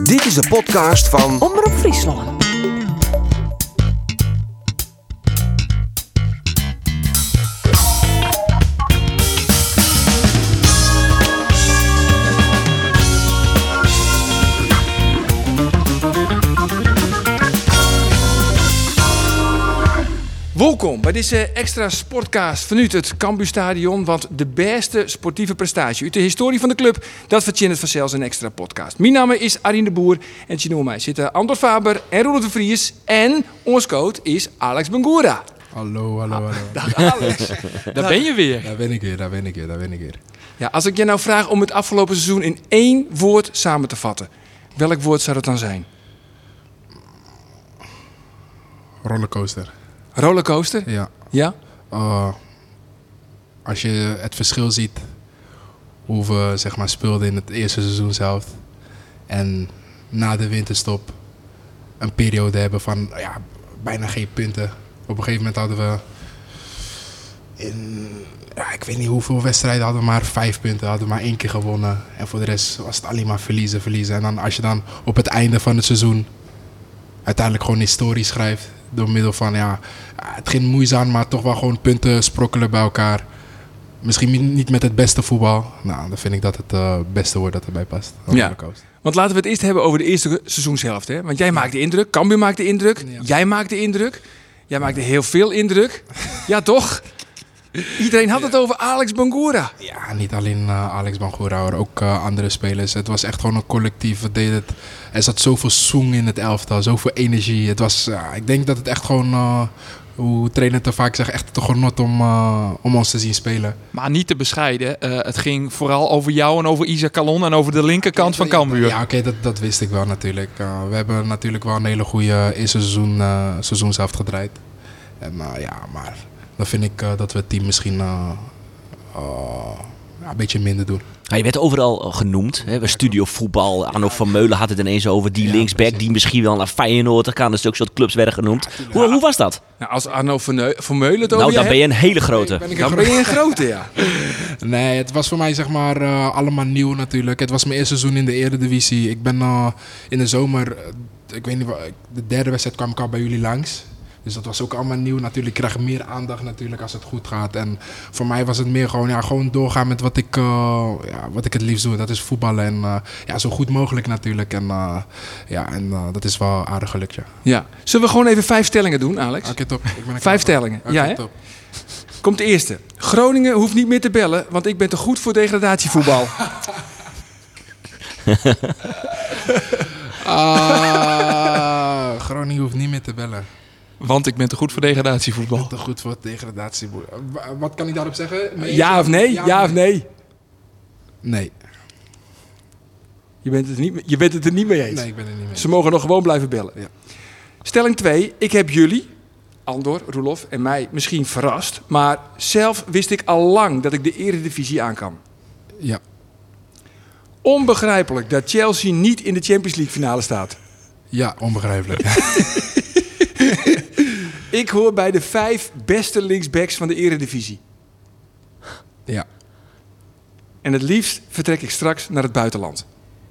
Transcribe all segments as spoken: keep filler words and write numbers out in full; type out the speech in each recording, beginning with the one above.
Dit is de podcast van Omroep Friesland. Welkom bij deze extra sportcast vanuit het Cambuurstadion. Want de beste sportieve prestatie uit de historie van de club, dat verdient het vanzelfs een extra podcast. Mijn naam is Arjen de Boer en tegenover mij zitten Andor Faber en Roelof de Vries. En ons coach is Alex Bangura. Hallo, hallo, hallo. Dag Alex. Daar ben je weer. Daar ben ik weer, daar ben ik weer, daar ben ik weer. Ja, als ik je nou vraag om het afgelopen seizoen in één woord samen te vatten, welk woord zou dat dan zijn? Rollercoaster. Rollercoaster? Ja. Ja? Uh, als je het verschil ziet hoe we zeg maar speelden in het eerste seizoen zelf en na de winterstop een periode hebben van ja, bijna geen punten. Op een gegeven moment hadden we in, ja, ik weet niet hoeveel wedstrijden hadden we maar vijf punten, hadden we maar één keer gewonnen. En voor de rest was het alleen maar verliezen, verliezen. En dan als je dan op het einde van het seizoen uiteindelijk gewoon historie schrijft door middel van, ja, het ging moeizaam, maar toch wel gewoon punten sprokkelen bij elkaar. Misschien niet met het beste voetbal. Nou, dan vind ik dat het uh, beste woord dat erbij past. Ja. Want laten we het eerst hebben over de eerste seizoenshelft. Hè? Want jij maakte indruk, Cambuur maakte indruk, ja. Jij maakte indruk. Jij maakte heel veel indruk. Ja, toch? Iedereen had het over Alex Bangura. Ja, niet alleen uh, Alex Bangura, maar ook uh, andere spelers. Het was echt gewoon een collectief. Het deed het. Er zat zoveel zoeng in het elftal, zoveel energie. Het was, uh, ik denk dat het echt gewoon, uh, hoe trainer te vaak zegt, echt toch genot om, uh, om ons te zien spelen. Maar niet te bescheiden. Uh, het ging vooral over jou en over Isaac Calon en over de linkerkant van Cambuur. Ja, oké, okay, dat, dat wist ik wel natuurlijk. Uh, we hebben natuurlijk wel een hele goede eerste seizoen, uh, seizoen zelf gedraaid. En uh, ja, maar dan vind ik uh, dat we het team misschien uh, uh, ja, een beetje minder doen. Ja, je werd overal genoemd. Hè? Studio voetbal. Arno van Meulen had het ineens over. Die ja, linksback precies. Die misschien wel naar Feyenoord kan. Dus ook soort clubs werden genoemd. Ja, hoe, hoe was dat? Nou, als Arno van Meulen het over Nou, dan je ben je een hele grote. Nee, ben dan ben je een grote, ja. Nee, het was voor mij zeg maar uh, allemaal nieuw natuurlijk. Het was mijn eerste seizoen in de Eredivisie. Ik ben uh, in de zomer, uh, ik weet niet wat, de derde wedstrijd kwam ik al bij jullie langs. Dus dat was ook allemaal nieuw. Natuurlijk krijg je meer aandacht natuurlijk als het goed gaat. En voor mij was het meer gewoon, ja, gewoon doorgaan met wat ik, uh, ja, wat ik het liefst doe. Dat is voetballen en uh, ja, zo goed mogelijk natuurlijk. En, uh, ja, en uh, dat is wel aardig gelukt, ja. Ja. Zullen we gewoon even vijf stellingen doen, Alex? Oké, okay, top. Ik ben vijf stellingen, okay, ja hè? Top. Komt de eerste. Groningen hoeft niet meer te bellen, want ik ben te goed voor degradatievoetbal. uh, Groningen hoeft niet meer te bellen. Want ik ben te goed voor degradatievoetbal. Ik ben te goed voor degradatievoetbal. Wat kan ik daarop zeggen? Nee, ja of nee? Ja, ja of nee? nee? Nee. Je bent, het niet, je bent het er niet mee eens? Nee, ik ben het niet mee eens. Ze mogen nog gewoon blijven bellen. Ja. Stelling twee. Ik heb jullie, Andor, Roelof en mij misschien verrast. Maar zelf wist ik al lang dat ik de Eredivisie aan kan. Ja. Onbegrijpelijk dat Chelsea niet in de Champions League finale staat. Ja, onbegrijpelijk. Ik hoor bij de vijf beste linksbacks van de Eredivisie. Ja. En het liefst vertrek ik straks naar het buitenland.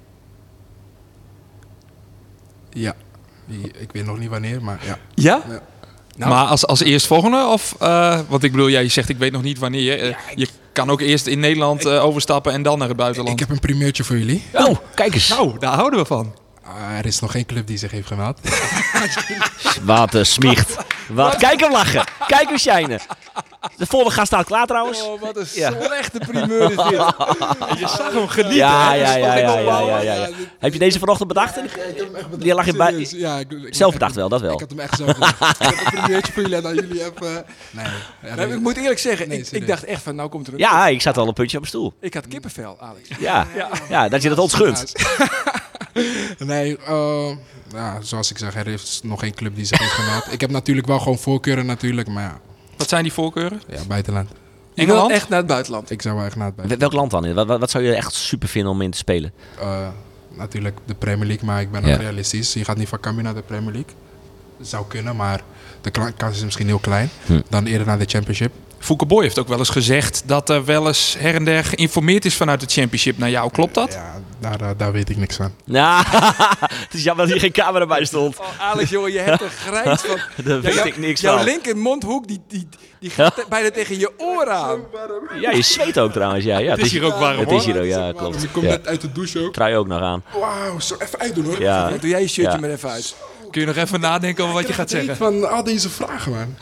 Ja. Ik weet nog niet wanneer, maar ja. Ja? Ja. Nou, maar als, als eerstvolgende? Of, uh, want ik bedoel, jij zegt ik weet nog niet wanneer. Uh, ja, ik... Je kan ook eerst in Nederland uh, overstappen en dan naar het buitenland. Ik heb een primeurtje voor jullie. Oh, kijk eens. Nou, daar houden we van. Uh, er is nog geen club die zich heeft gemeld. Wat een smicht. Wat. Kijk hem lachen. Kijk hem shinen. De volgende gast staat klaar trouwens. Oh, wat een ja. slechte primeur is dit. Je zag hem genieten. Ja, ja, ja, ja, ja, ja, ja, ja. Heb je deze vanochtend bedacht? Ja, ik heb hem echt bedacht. Die lag in bij... Ja, ik, ik zelf bedacht wel, dat wel. Ik had hem echt zelf bedacht. Ik heb een primeurtje voor jullie en dan jullie even... Nee. Ja, nee, ik moet eerlijk zeggen, nee, ik, ik dacht echt van, nou komt er een... Ja, ik zat al een puntje op mijn stoel. Ik had kippenvel, Alex. Ja, ja. ja dat je dat ons gunt. Nee, uh, ja, zoals ik zeg, er is nog geen club die zich heeft gemeld. Ik heb natuurlijk wel gewoon voorkeuren natuurlijk, maar ja. Wat zijn die voorkeuren? Ja, buitenland. Je wil echt naar het buitenland? Ik zou wel echt naar het buitenland. Welk land dan? Wat, wat, wat zou je echt super vinden om in te spelen? Uh, natuurlijk de Premier League, maar ik ben ja. ook realistisch. Je gaat niet van Cambuur naar de Premier League. Dat zou kunnen, maar de kans is misschien heel klein. Hm. Dan eerder naar de Championship. Fouke Boy heeft ook wel eens gezegd dat er wel eens her en der geïnformeerd is vanuit de Championship naar jou. Klopt dat? Ja, daar, uh, daar weet ik niks van. Nou, het is jammer dat hier geen camera bij stond. Oh, Alex, jongen, je hebt een grijns van... Daar weet jou- ik niks Jouw van. linker mondhoek, die, die, die gaat te- bijna tegen je oren aan. Ja, je zweet ook trouwens. Ja, ja, Het is hier ook warm, Het hoor. is hier ook, ja, klopt. Je komt Ja. net uit de douche ook. Trui ook nog aan. Wauw, zo even uitdoen hoor. Ja. Ja, doe jij je shirtje Ja. maar even uit. Kun je nog even nadenken over wat je gaat zeggen? Van al deze vragen, man.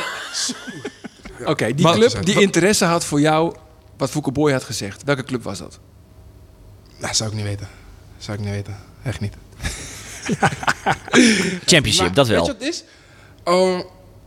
Oké, die Maar- club die interesse had voor jou, wat Fouke Boy had gezegd. Welke club was dat? Dat zou ik niet weten. Zou ik niet weten. Echt niet. Championship, Maar dat wel. Weet je wat het is? Uh,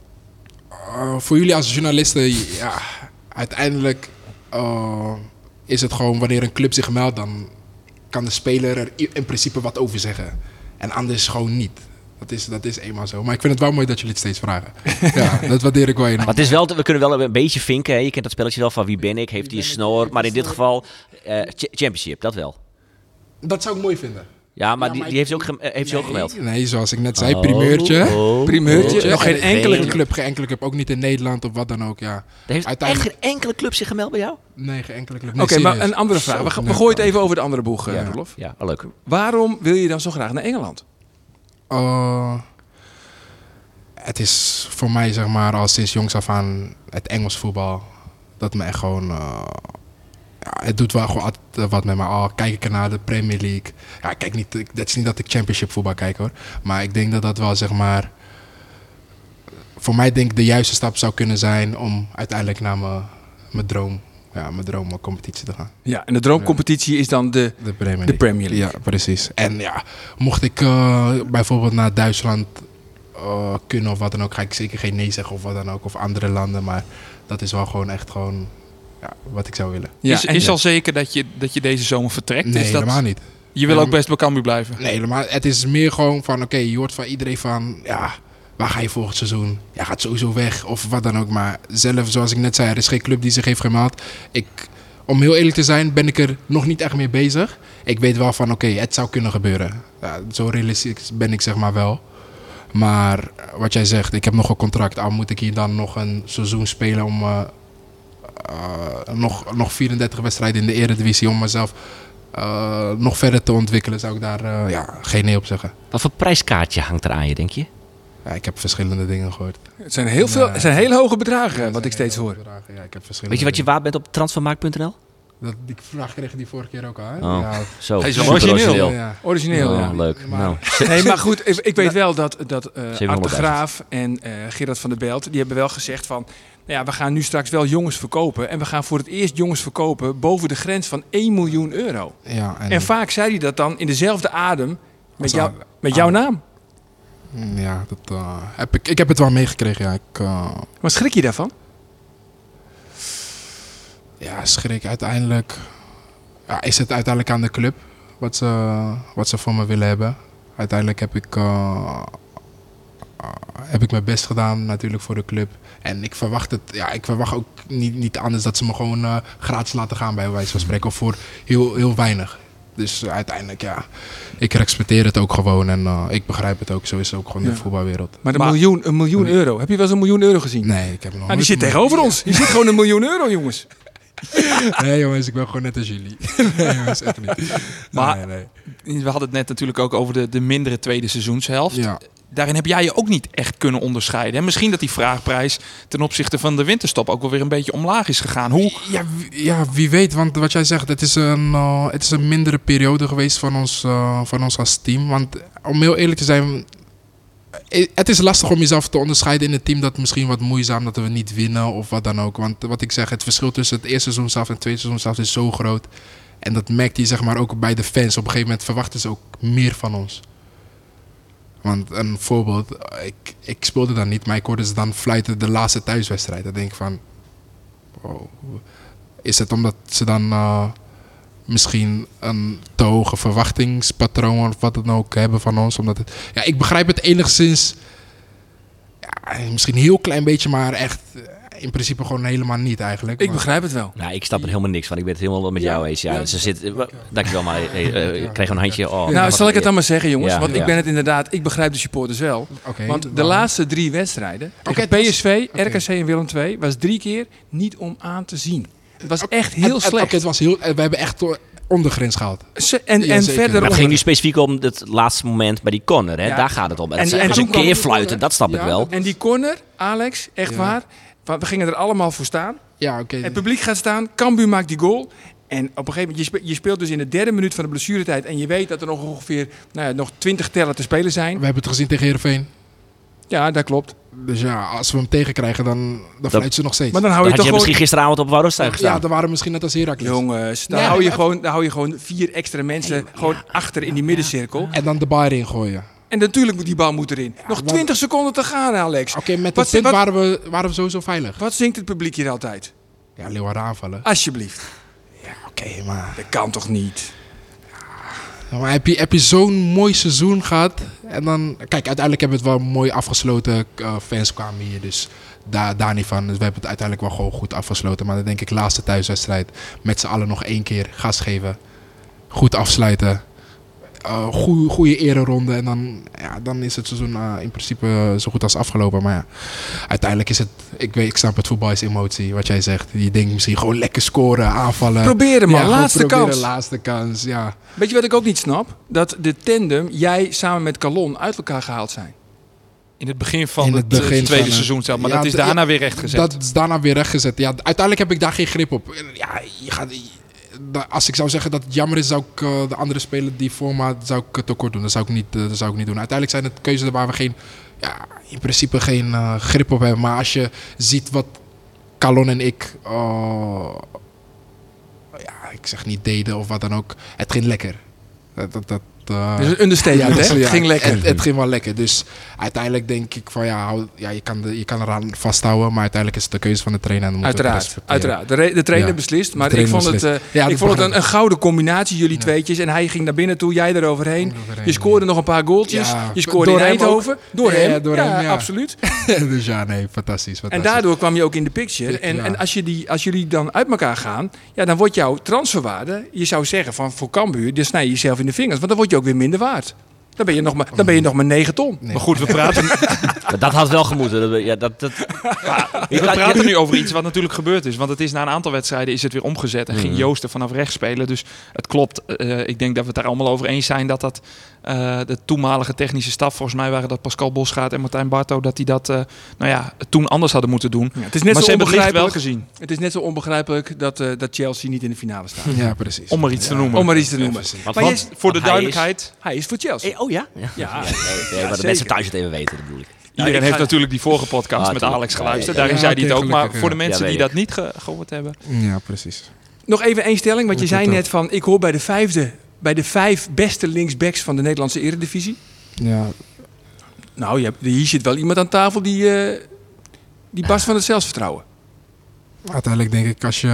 uh, voor jullie als journalisten, ja, uiteindelijk uh, is het gewoon wanneer een club zich meldt, dan kan de speler er i- in principe wat over zeggen. En anders gewoon niet. Dat is, dat is eenmaal zo. Maar ik vind het wel mooi dat jullie het steeds vragen. Ja, dat waardeer ik wel enorm. Maar het is wel, we kunnen wel een beetje vinken. Hè. Je kent dat spelletje wel van wie ben ik, heeft hij een snor. Maar in dit geval, eh, ch- championship, dat wel. Dat zou ik mooi vinden. Ja, maar Ja, die, maar die ik- heeft ze ook, gem- eh, heeft ze ook gemeld. Nee, zoals ik net zei, Oh, primeurtje. oh, Primeurtje, oh. nog geen En enkele geen club. club. Geen enkele club. Ook niet in Nederland of wat dan ook, ja. Er heeft echt Uiteindelijk- geen enkele club zich gemeld bij jou? Nee, geen enkele club. Oké, Nee, maar serieus. een andere vraag. We, gaan- we Nee. gooien het even over de andere boeg, eh, Ja, Rolof. ja, oh, leuk. Waarom wil je dan zo graag naar Engeland? Uh, het is voor mij, zeg maar, al sinds jongs af aan het Engels voetbal. Dat me echt gewoon... uh, ja, het doet wel gewoon altijd, uh, wat met me. Al kijk ik naar de Premier League. Ja, kijk niet, ik- het is niet dat ik Championship voetbal kijk hoor. Maar ik denk dat dat wel, zeg maar... Voor mij denk ik de juiste stap zou kunnen zijn om uiteindelijk naar mijn, mijn droom... Ja, mijn droomcompetitie te gaan. Ja, en de droomcompetitie is dan de, De Premier de League. Premier League. Ja, precies. En ja, mocht ik uh, bijvoorbeeld naar Duitsland uh, kunnen of wat dan ook, ga ik zeker geen nee zeggen of wat dan ook. Of andere landen, maar dat is wel gewoon echt gewoon ja, wat ik zou willen. Ja, is en- is al zeker dat je, dat je deze zomer vertrekt? Nee, is dat, helemaal niet. Je wil Ja, ook best bij Cambuur blijven? Nee, helemaal. Het is meer gewoon van, oké, je hoort van iedereen van, ja, waar ga je volgend seizoen? Ja, gaat sowieso weg of wat dan ook. Maar zelf, zoals ik net zei, er is geen club die zich heeft gemeld. Ik... Om heel eerlijk te zijn, ben ik er nog niet echt mee bezig. Ik weet wel van, oké, het zou kunnen gebeuren. Ja, zo realistisch ben ik zeg maar wel. Maar wat jij zegt, ik heb nog een contract. Al moet ik hier dan nog een seizoen spelen om... Uh, uh, nog, nog vierendertig wedstrijden in de Eredivisie om mezelf uh, nog verder te ontwikkelen. Zou ik daar uh, ja, geen nee op zeggen. Wat voor prijskaartje hangt er aan je, denk je? Ja, ik heb verschillende dingen gehoord. Het zijn heel veel, het zijn hele hoge bedragen, wat ik steeds hoor. Ja, ik heb verschillende Weet je wat je dingen. waard bent op transfermarkt punt n l? Dat, die vraag kreeg je die vorige keer ook al, hè? Oh, Ja, zo. Hij is wel Super origineel. ja. Origineel, Oh, ja. leuk. Maar- Nou, Nee, maar goed, ik, ik weet wel dat, dat uh, Art de zevenhonderdduizend. Graaf en uh, Gerard van der Belt, die hebben wel gezegd van, nou ja, we gaan nu straks wel jongens verkopen. En we gaan voor het eerst jongens verkopen boven de grens van één miljoen euro. Ja, en, En vaak zei hij dat dan in dezelfde adem met, Als jou, aan- met jouw aan- naam. ja, dat, uh, heb ik, ik heb het wel meegekregen. Ja, ik, uh, Wat schrik je daarvan? ja, schrik uiteindelijk. Ja, is het uiteindelijk aan de club wat ze, wat ze voor me willen hebben. Uiteindelijk heb ik, uh, uh, heb ik mijn best gedaan natuurlijk voor de club. En ik verwacht het, ja, ik verwacht ook niet, niet anders dat ze me gewoon uh, gratis laten gaan bij wijze van spreken. Of voor heel, heel weinig. Dus uh, uiteindelijk, ja, ik respecteer het ook gewoon en uh, ik begrijp het ook. Zo is het ook gewoon in Ja. de voetbalwereld. Maar een Maar- miljoen, een miljoen euro. Heb je wel eens een miljoen euro gezien? Nee, ik heb nog Ah, die nooit- zit tegenover ons. Die zit gewoon een miljoen euro, jongens. Nee jongens, ik ben gewoon net als jullie. Nee jongens, echt niet. Maar- nee, nee. We hadden het net natuurlijk ook over de, de mindere tweede seizoenshelft. Ja. Daarin heb jij je ook niet echt kunnen onderscheiden. En misschien dat die vraagprijs ten opzichte van de winterstop ook wel weer een beetje omlaag is gegaan. Hoe? Ja, wie, ja, wie weet, want wat jij zegt, het is een, uh, het is een mindere periode geweest van ons, uh, van ons als team. Want om heel eerlijk te zijn, eh, het is lastig om jezelf te onderscheiden in een team dat misschien wat moeizaam, dat we niet winnen of wat dan ook. Want wat ik zeg, het verschil tussen het eerste seizoenshelft en het tweede seizoenshelft is zo groot. En dat merkt je zeg maar ook bij de fans. Op een gegeven moment verwachten ze ook meer van ons. Want een voorbeeld, ik, ik speelde dan niet, maar ik hoorde ze dan fluiten de laatste thuiswedstrijd. Dan denk ik van, wow, is het omdat ze dan uh, misschien een te hoge verwachtingspatroon of wat dan ook hebben van ons? Omdat het, ja, ik begrijp het enigszins, ja, misschien een heel klein beetje, maar echt uh, in principe gewoon helemaal niet eigenlijk. Ik Maar- begrijp het wel. Nou, ik snap er helemaal niks van. Ik ben het helemaal met Ja. jou eens. Ja, Ja. Ze zit, eh, dankjewel, maar eh, eh, ik kreeg een handje. Oh, Nou, wat- zal ik het dan maar zeggen, jongens? Ja, Want ik ja. ben het inderdaad, ik begrijp de supporters wel. Oké, Want de waarom? laatste drie wedstrijden tegen het was- P S V, oké. R K C en Willem twee was drie keer niet om aan te zien. Het was Oké, echt heel het- het- slecht. oké, het was heel, we hebben echt to- ondergrens gehaald. Ze- En, Ja, en zeker. verder... Maar het onder- ging nu specifiek om het laatste moment bij die corner. Hè? Ja. Daar gaat het om. En, En- en, en en toen een kwam keer de fluiten, corner. dat snap Ja, ik wel. En die corner, Alex, echt Ja. waar. We gingen er allemaal voor staan. Ja, oké. Het publiek gaat staan. Cambuur maakt die goal. En op een gegeven moment, je spe- je speelt dus in de derde minuut van de blessuretijd. En je weet dat er nog ongeveer nou ja, nog twintig tellen te spelen zijn. We hebben het gezien tegen Heerenveen. Ja, dat klopt. Dus ja, als we hem tegenkrijgen, dan, dan fluiten ze nog steeds. Maar dan hou Dan je had toch je gewoon... misschien gisteravond op Woudenstuin gestaan. ja, dan waren we misschien net als Heracles. Jongens, dan, Ja, hou je maar- gewoon, dan hou je gewoon vier extra mensen gewoon achter in die middencirkel. En dan de bar in gooien. En natuurlijk moet die bal moet erin. Nog wat- twintig seconden te gaan, Alex. Oké, met Wat- dat punt wat- waren, we, waren we sowieso veilig. Wat zingt het publiek hier altijd? Ja, Leeuwarden aanvallen. Alsjeblieft. Ja, oké, maar... Dat kan toch niet? Ja, maar heb je, heb je zo'n mooi seizoen gehad? En dan... Kijk, uiteindelijk hebben we het wel mooi afgesloten. Uh, fans kwamen hier, dus daar, daar niet van. Dus we hebben het uiteindelijk wel gewoon goed afgesloten. Maar dan denk ik, laatste thuiswedstrijd. Met z'n allen nog één keer gas geven. Goed afsluiten. Uh, goeie, goede ereronde. En dan, ja, dan is het seizoen uh, in principe zo goed als afgelopen. Maar ja, uiteindelijk is het... Ik, weet, ik snap het, voetbal is emotie, wat jij zegt. Je denkt misschien gewoon lekker scoren, aanvallen. Proberen, man. Ja, gewoon Laatste proberen, kans. Laatste kans, ja. Weet je wat ik ook niet snap? Dat de tandem, jij samen met Calon, uit elkaar gehaald zijn. In het begin van In het, het begin eh, tweede van, seizoen zelf. Maar ja, dat is d- daarna ja, weer rechtgezet. Dat is daarna weer rechtgezet. Ja, uiteindelijk heb ik daar geen grip op. Ja, je gaat, da- als ik zou zeggen dat het jammer is, zou ik uh, de andere speler die voor me had, zou ik tekort doen. Dat zou ik niet, uh, dat zou ik niet doen. Uiteindelijk zijn het keuzes waar we geen, ja, in principe geen uh, grip op hebben. Maar als je ziet wat Calon en ik, uh, ja, ik zeg niet deden of wat dan ook. Het ging lekker. Dat, dat, dat, uh, Dus een understatement, dus, hè? ja, Het ging lekker. Het, het ging wel lekker. Dus uiteindelijk denk ik van ja, hou, ja je, kan de, je kan eraan vasthouden. Maar uiteindelijk is het de keuze van de trainer. En dan moeten we het Uiteraard, respecteren. uiteraard. De, re- de trainer Ja, beslist, maar de ik trainer vond het, beslist. eh, Ja, ik dat vond het begrijp een, een gouden combinatie, jullie Ja. tweetjes. En hij ging naar binnen toe, jij eroverheen. Eroverheen, Je scoorde ja. nog een paar goaltjes. Ja, Je scoorde door in hem Eindhoven. ook. Door Ja, hem, ja, door ja, hem, ja. absoluut. Dus ja, nee, fantastisch. En fantastisch. daardoor kwam je ook in de picture. En, Ja. en als, je die, als jullie dan uit elkaar gaan, ja, dan wordt jouw transferwaarde, je zou zeggen van voor Cambuur, dan snij je jezelf in de vingers. Want dan word je ook weer minder waard. Dan ben je nog maar, dan ben je nog maar negen ton. Nee. Maar goed, we praten, Maar dat had wel gemoeten. Dat- Ja, dat, dat, we praten nu over iets wat natuurlijk gebeurd is. Want het is na een aantal wedstrijden is het weer omgezet. En ging Mhm. Joost er vanaf rechts spelen. Dus het klopt. Eh, ik denk dat we het daar allemaal over eens zijn. Dat dat eh, de toenmalige technische staf, volgens mij waren dat Pascal Bosgaard en Martijn Barto, dat die dat eh, nou ja, toen anders hadden moeten doen. Ja, het is net Maar zo ze hebben het licht wel onbegrijpelijk. gezien. Het is net zo onbegrijpelijk dat, eh, dat Chelsea niet in de finale staat. Ja, precies. Om maar iets te noemen. Om maar iets te noemen. precies. want, Maar want, je- Voor de want hij is- duidelijkheid. Hij is voor Chelsea. Eh, oh ja? Ja, Ja. nee, nee, maar de zeker. mensen thuis het even weten, dat bedoel ik. Iedereen ik heeft ga- natuurlijk die vorige podcast Ah, met tuurlijk. Alex Ja, geluisterd. ja, ja. Daarin Ja, zei hij het ook. Maar gelukkig, voor de ja. mensen Ja, die weet dat niet ge- gehoord hebben. Ja, precies. Nog even één stelling, want je Hoe zei doet net van, ik hoor bij de vijfde, bij de vijf beste linksbacks van de Nederlandse Eredivisie. Ja, Nou, je hebt, hier zit wel iemand aan tafel die, eh die barst van het zelfvertrouwen. uiteindelijk denk ik als je...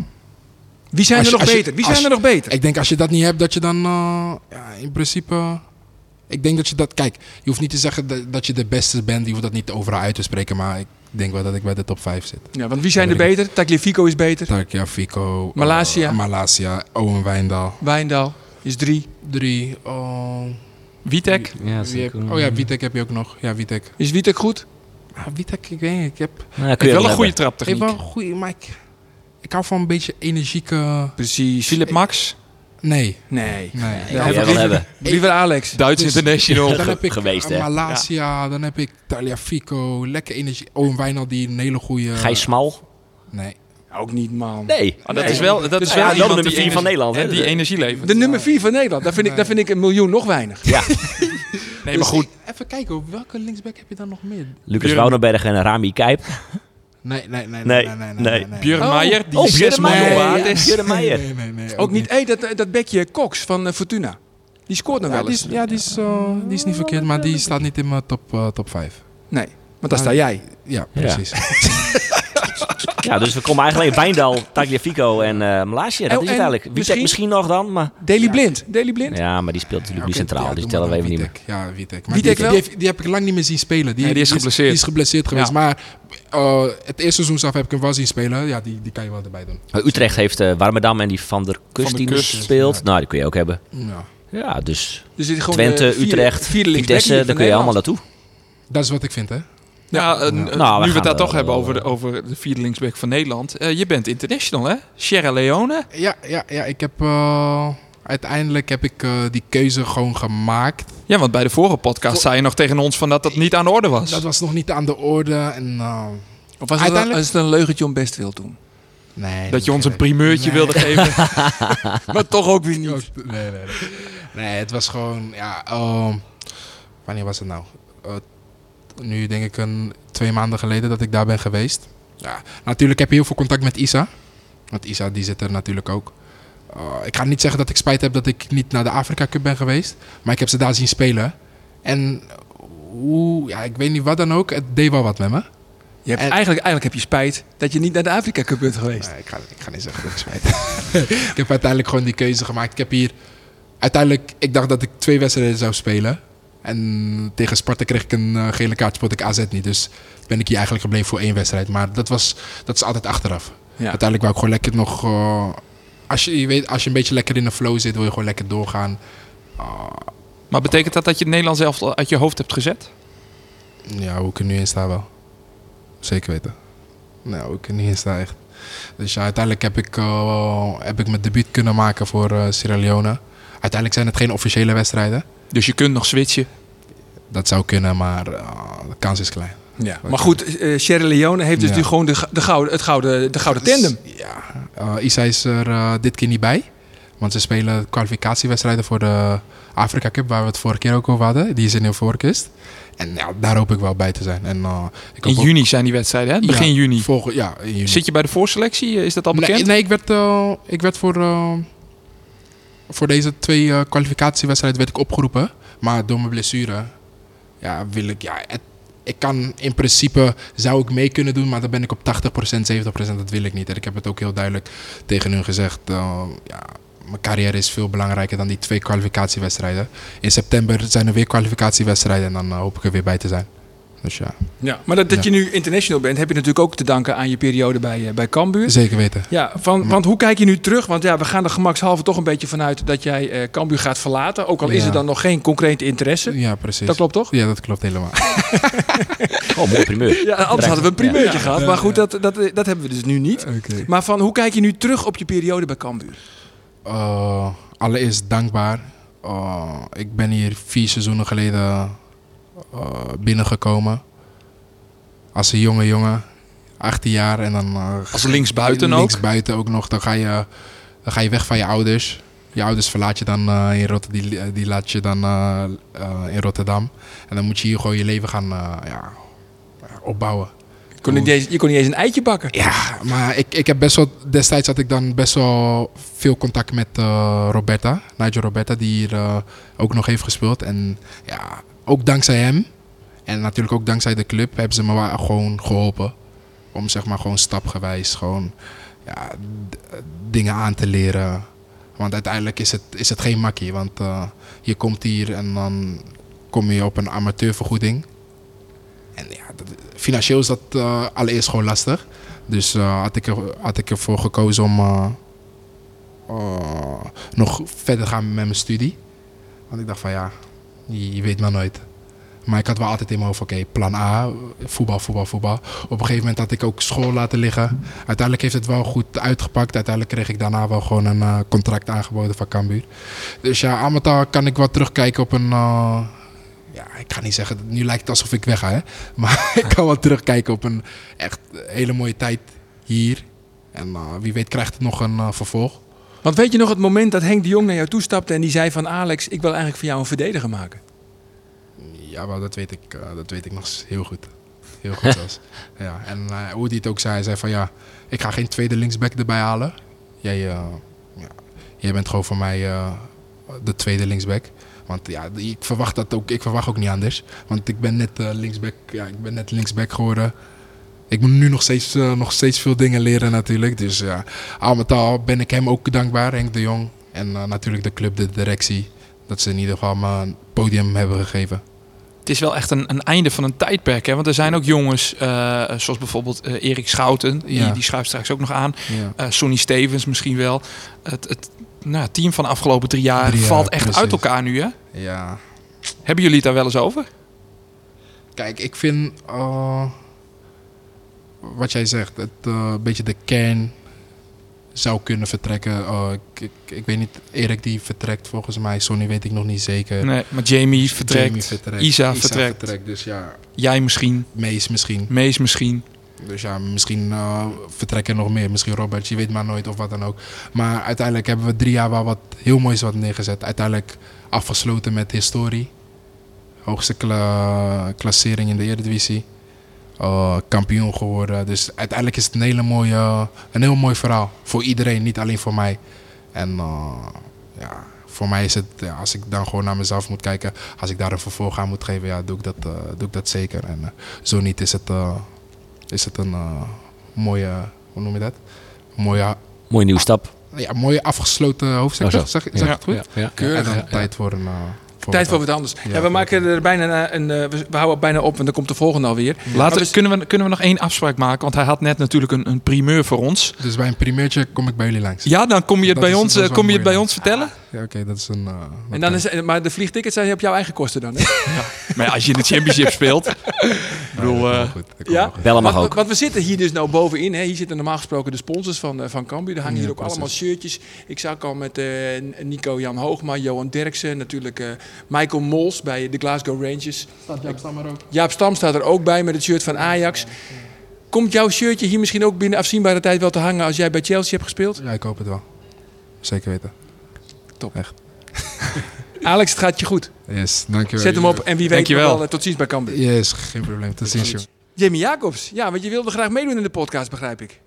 Wie zijn Als er je- nog als je- beter? Wie als zijn er nog beter? Ik denk als je dat niet hebt, dat je dan uh, ja, in principe... Ik denk dat je dat... Kijk, je hoeft niet te zeggen dat, dat je de beste bent. Je hoeft dat niet overal uit te spreken. Maar ik denk wel dat ik bij de top vijf zit. Ja, want wie zijn er Dat weet beter? Tagliafico is beter. Takia, Fico... Malasia. Uh, Malasia, Owen Wijndal. Wijndal is drie. Drie. Oh, Witek. Ja, wie heb- oh ja, Witek heb je ook nog. Ja, Witek. Is Witek goed? Ah, Witek, ik weet niet. Ik heb... Nou, kun je Wel wel een goede hebben. Ik heb traptechniek. wel een goede... Maar ik, ik hou van een beetje energieke... Precies. Philip Max. Nee. Nee. Nee. Die Ja, wil jij wel liever- hebben. Liever Alex. Duits Dus- international. Dan heb ik geweest, uh, hè? Malasia, dan heb ik Tagliafico, lekker energie. Owen Wijnald die een hele goede... Gijs Smal? Nee. Ook niet, man. Nee. Ah, dat Nee. is wel, dat is Ja, wel wel iemand nummer die vier van energie- Nederland, hè? en die energie levert. De nummer vier van Nederland. Daar vind, ik, daar vind ik een miljoen nog weinig. Ja. Nee, maar goed. Dus even kijken, op welke linksback heb je dan nog meer? Lucas Björn- Woudenberg en Rami Kijp. Nee, nee, nee. Nee, nee, nee, nee. nee. Björn Oh. Meijer, die Oh, zes Björn miljoen Meijer, waard ja. is. Björn Meijer. Nee, nee, nee. Ook niet. Hé, dat, dat bekje Cox van eh, Fortuna. Die scoort nog Ja, wel die eens. is, ja, die is, uh, die is niet verkeerd, maar die staat niet in mijn top, uh, top vijf. Nee, want daar sta jij. Ja, Ja. precies. Ja, dus we komen eigenlijk Wijndal, Tagliafico en uh, Malasia. Dat Oh, is het en eigenlijk. Wie misschien- misschien nog dan, maar... Daily Blind. Daily Blind. Ja, maar die speelt natuurlijk Ja, nu oké, centraal. ja, die doe tellen we maar even dan niet meer. Witek. Ja, Witek. Maar Witek die, wel? die, heeft- die heb ik lang niet meer zien spelen. Die, Nee, die is geblesseerd. Die is geblesseerd geweest. Ja. Maar uh, het eerste seizoen zelf heb ik hem wel zien spelen. Ja, die, die kan je wel erbij doen. Uh, Utrecht heeft uh, Warmerdam en die Van der Kust Van der die nu Kust, speelt. ja. Nou, die kun je ook hebben. Ja. Ja, dus Dus dit is gewoon Twente, de vierde- Utrecht, vierde linksback Vitesse, hier daar van kun je allemaal Nederland. naartoe. Dat is wat ik vind, hè. Ja, uh, Nou, nu we we gaan het daar wel- toch hebben over de, over de vierde linksback van Nederland. Uh, je bent international, hè? Sierra Leone. Ja, ja, ja ik heb... Uh, uiteindelijk heb ik uh, die keuze gewoon gemaakt. Ja, want bij de vorige podcast Voor- zei je nog tegen ons van dat dat niet aan de orde was. Dat was nog niet aan de orde. En, uh, Of was het, Uiteindelijk- een, was het een leugentje om best veel toen? nee, dat je ons een prima. primeurtje Nee. wilde geven. Maar toch ook weer niet. Nee, nee, nee. Nee, het was gewoon... Ja, uh, wanneer was het nou? Uh, nu denk ik een twee maanden geleden dat ik daar ben geweest. Ja, natuurlijk heb je heel veel contact met Isa. Want Isa die zit er natuurlijk ook. Uh, ik ga niet zeggen dat ik spijt heb dat ik niet naar de Afrika Cup ben geweest. Maar ik heb ze daar zien spelen. En hoe, ja, ik weet niet wat dan ook. Het deed wel wat met me. Je hebt En- eigenlijk, eigenlijk heb je spijt dat je niet naar de Afrika Cup bent geweest. Nee, ik, ga, ik ga niet zeggen dat ik spijt heb. Ik heb uiteindelijk gewoon die keuze gemaakt. Ik heb hier... Uiteindelijk, ik dacht dat ik twee wedstrijden zou spelen. En tegen Sparta kreeg ik een uh, gele kaart, speelde ik A Z niet. Dus ben ik hier eigenlijk gebleven voor één wedstrijd. Maar dat, was, dat is altijd achteraf. Ja. Uiteindelijk wou ik gewoon lekker nog... Uh, als, je, je weet, als je een beetje lekker in de flow zit, wil je gewoon lekker doorgaan. Uh, Maar betekent dat dat je het Nederlands elftal uit je hoofd hebt gezet? ja, hoe ik er nu in sta wel. Zeker weten. Nou, hoe ik er nu in sta echt. Dus ja, uiteindelijk heb ik, uh, heb ik mijn debuut kunnen maken voor uh, Sierra Leone. Uiteindelijk zijn het geen officiële wedstrijden. Dus je kunt nog switchen. Dat zou kunnen, maar uh, de kans is klein. Ja. Maar goed, uh, Sierra Leone heeft dus Ja. nu gewoon de, de gouden, het gouden, de gouden tandem. Dus, ja, uh, Isa is er uh, dit keer niet bij. Want ze spelen kwalificatiewedstrijden voor de Afrika Cup, waar we het vorige keer ook over hadden. Die is in Nieuw-Voorkust. En ja, daar hoop ik wel bij te zijn. En, uh, ik In hoop ook- juni zijn die wedstrijden, hè? Begin Ja, juni. Volg, ja, in juni. Zit je bij de voorselectie? Is dat al bekend? Nee, nee ik werd, uh, ik werd voor, uh, voor deze twee uh, kwalificatiewedstrijden werd ik opgeroepen. Maar door mijn blessure ja, wil ik... Ja, het, ik kan in principe, zou ik mee kunnen doen, maar dan ben ik op tachtig procent, zeventig procent. Dat wil ik niet. En ik heb het ook heel duidelijk tegen hun gezegd. Uh, ja, mijn carrière is veel belangrijker dan die twee kwalificatiewedstrijden. In september zijn er weer kwalificatiewedstrijden en dan uh, hoop ik er weer bij te zijn. Dus ja, Ja. Maar dat, dat Ja. je nu international bent, heb je natuurlijk ook te danken aan je periode bij, uh, bij Cambuur. zeker weten. Ja, van, want hoe kijk je nu terug? Want ja, we gaan er gemakshalve toch een beetje vanuit dat jij uh, Cambuur gaat verlaten. Ook al is Ja. er dan nog geen concrete interesse. Ja, precies. Dat klopt toch? Ja, dat klopt helemaal. Oh, mooi primeur. Ja, anders hadden we een primeurtje Ja. gehad. Maar goed, dat, dat, dat hebben we dus nu niet. Oké. Maar van, hoe kijk je nu terug op je periode bij Cambuur? Uh, allereerst dankbaar. Uh, ik ben hier vier seizoenen geleden uh, binnengekomen. Als een jonge jongen, achttien jaar. En dan, uh, Als linksbuiten ook? Linksbuiten ook nog. Dan ga, je, dan ga je weg van je ouders. Je ouders verlaat je dan uh, in Rotterdam. Die, die laat je dan uh, uh, in Rotterdam. En dan moet je hier gewoon je leven gaan uh, ja, opbouwen. Je kon, niet eens, je kon niet eens een eitje bakken. Ja, maar ik, ik heb best wel... Destijds had ik dan best wel veel contact met uh, Roberta. Nigel Roberta, die hier uh, ook nog heeft gespeeld. En ja, ook dankzij hem. En natuurlijk ook dankzij de club hebben ze me wel gewoon geholpen. Om zeg maar gewoon stapgewijs gewoon ja, d- dingen aan te leren. Want uiteindelijk is het, is het geen makkie. Want uh, je komt hier en dan kom je op een amateurvergoeding. En ja, dat, financieel is dat uh, allereerst gewoon lastig. Dus uh, had, ik er, had ik ervoor gekozen om uh, uh, nog verder te gaan met mijn studie. Want ik dacht van ja, je, je weet maar nooit. Maar ik had wel altijd in mijn hoofd, oké, okay, plan A, voetbal, voetbal, voetbal. Op een gegeven moment had ik ook school laten liggen. Uiteindelijk heeft het wel goed uitgepakt. Uiteindelijk kreeg ik daarna wel gewoon een uh, contract aangeboden van Cambuur. Dus ja, aan met al kan ik wel terugkijken op een... Uh, ja, ik ga niet zeggen, nu lijkt het alsof ik wegga, hè. Maar ik kan wel terugkijken op een echt hele mooie tijd hier. En uh, wie weet krijgt het nog een uh, vervolg. Want weet je nog het moment dat Henk de Jong naar jou toestapte en die zei van Alex, ik wil eigenlijk voor jou een verdediger maken? Ja, wel, dat weet ik, uh, dat weet ik nog heel goed. Heel goed zelfs. Ja, en uh, hoe hij het ook zei, hij zei van ja, ik ga geen tweede linksback erbij halen. Jij, uh, ja, jij bent gewoon voor mij uh, de tweede linksback. Want ja, ik verwacht dat ook, ik verwacht ook niet anders. Want ik ben net uh, linksback, ja, ik ben net linksback geworden. Ik moet nu nog steeds, uh, nog steeds veel dingen leren natuurlijk. Dus ja, al met al ben ik hem ook dankbaar, Henk de Jong. En uh, natuurlijk de club, de directie. Dat ze in ieder geval me een podium hebben gegeven. Het is wel echt een, een einde van een tijdperk. Hè? Want er zijn ook jongens, uh, zoals bijvoorbeeld uh, Erik Schouten. Die, Ja. die schuift straks ook nog aan. Ja. Uh, Sonny Stevens misschien wel. Het, het nou, team van de afgelopen drie jaar Drie jaar, valt echt precies. uit elkaar nu. Hè? Ja, Hebben jullie het daar wel eens over? Kijk, ik vind uh, wat jij zegt, het uh, beetje de kern zou kunnen vertrekken. Uh, ik, ik, ik weet niet, Erik die vertrekt volgens mij, Sonny weet ik nog niet zeker. Nee, maar Jamie vertrekt, Jamie vertrekt Isa, Isa vertrekt. vertrekt. Dus ja, Jij misschien, Mees misschien. Mees misschien. Dus ja, misschien uh, vertrekken er nog meer. Misschien Robert, je weet maar nooit of wat dan ook. Maar uiteindelijk hebben we drie jaar wel wat heel moois wat neergezet. Uiteindelijk afgesloten met historie. Hoogste kla- klassering in de Eredivisie. Uh, kampioen geworden. Dus uiteindelijk is het een, hele mooie, een heel mooi verhaal. Voor iedereen, niet alleen voor mij. En uh, ja, voor mij is het, ja, als ik dan gewoon naar mezelf moet kijken. Als ik daar een vervolg aan moet geven, ja, doe ik dat, uh, doe ik dat zeker. En uh, zo niet is het... Uh, is het een uh, mooie, hoe noem je dat? Mooie, Mooie nieuwe stap. ja, mooie afgesloten hoofdstuk. Oh, zo. zeg zeg Ja. ik het goed? Ja, ja. Keurig. En dan Ja. tijd voor een... Uh, voor Tijd voor wat wat anders. Ja, Ja, we maken er bijna een, een, we houden bijna op, want dan komt de volgende alweer. Laten, Maar we- kunnen, we, kunnen we nog één afspraak maken? Want hij had net natuurlijk een, een primeur voor ons. Dus bij een primeurtje kom ik bij jullie langs. Ja, dan kom je het Dat bij is- ons, dat is eh, wel kom je het bij mooi, ons vertellen. Ja, oké, okay, dat is een... Uh, En dan is, maar de vliegtickets zijn op jouw eigen kosten dan, hè? Maar ja, als je in de championship speelt. Ik bedoel, eh, Ja? Bellen mag want, ook. want we zitten hier dus nou bovenin. Hè. Hier zitten normaal gesproken de sponsors van, uh, van Cambuur. Er hangen Ja, hier ook precies. allemaal shirtjes. Ik zag al met uh, Nico Jan Hoogma, Johan Derksen, natuurlijk uh, Michael Mols bij de Glasgow Rangers. Staat Jaap Stam er ook? Jaap Stam staat er ook bij met het shirt van Ajax. Komt jouw shirtje hier misschien ook binnen afzienbare tijd wel te hangen als jij bij Chelsea hebt gespeeld? Ja, ik hoop het wel. Zeker weten. Top. Echt. Alex, het gaat je goed. Yes, dankjewel. Zet hem op en wie weet nog Dankjewel. wel uh, tot ziens bij Cambuur. Yes, geen probleem. Tot ziens, joh. Jamie Jacobs, ja, want je wilde graag meedoen in de podcast, begrijp ik.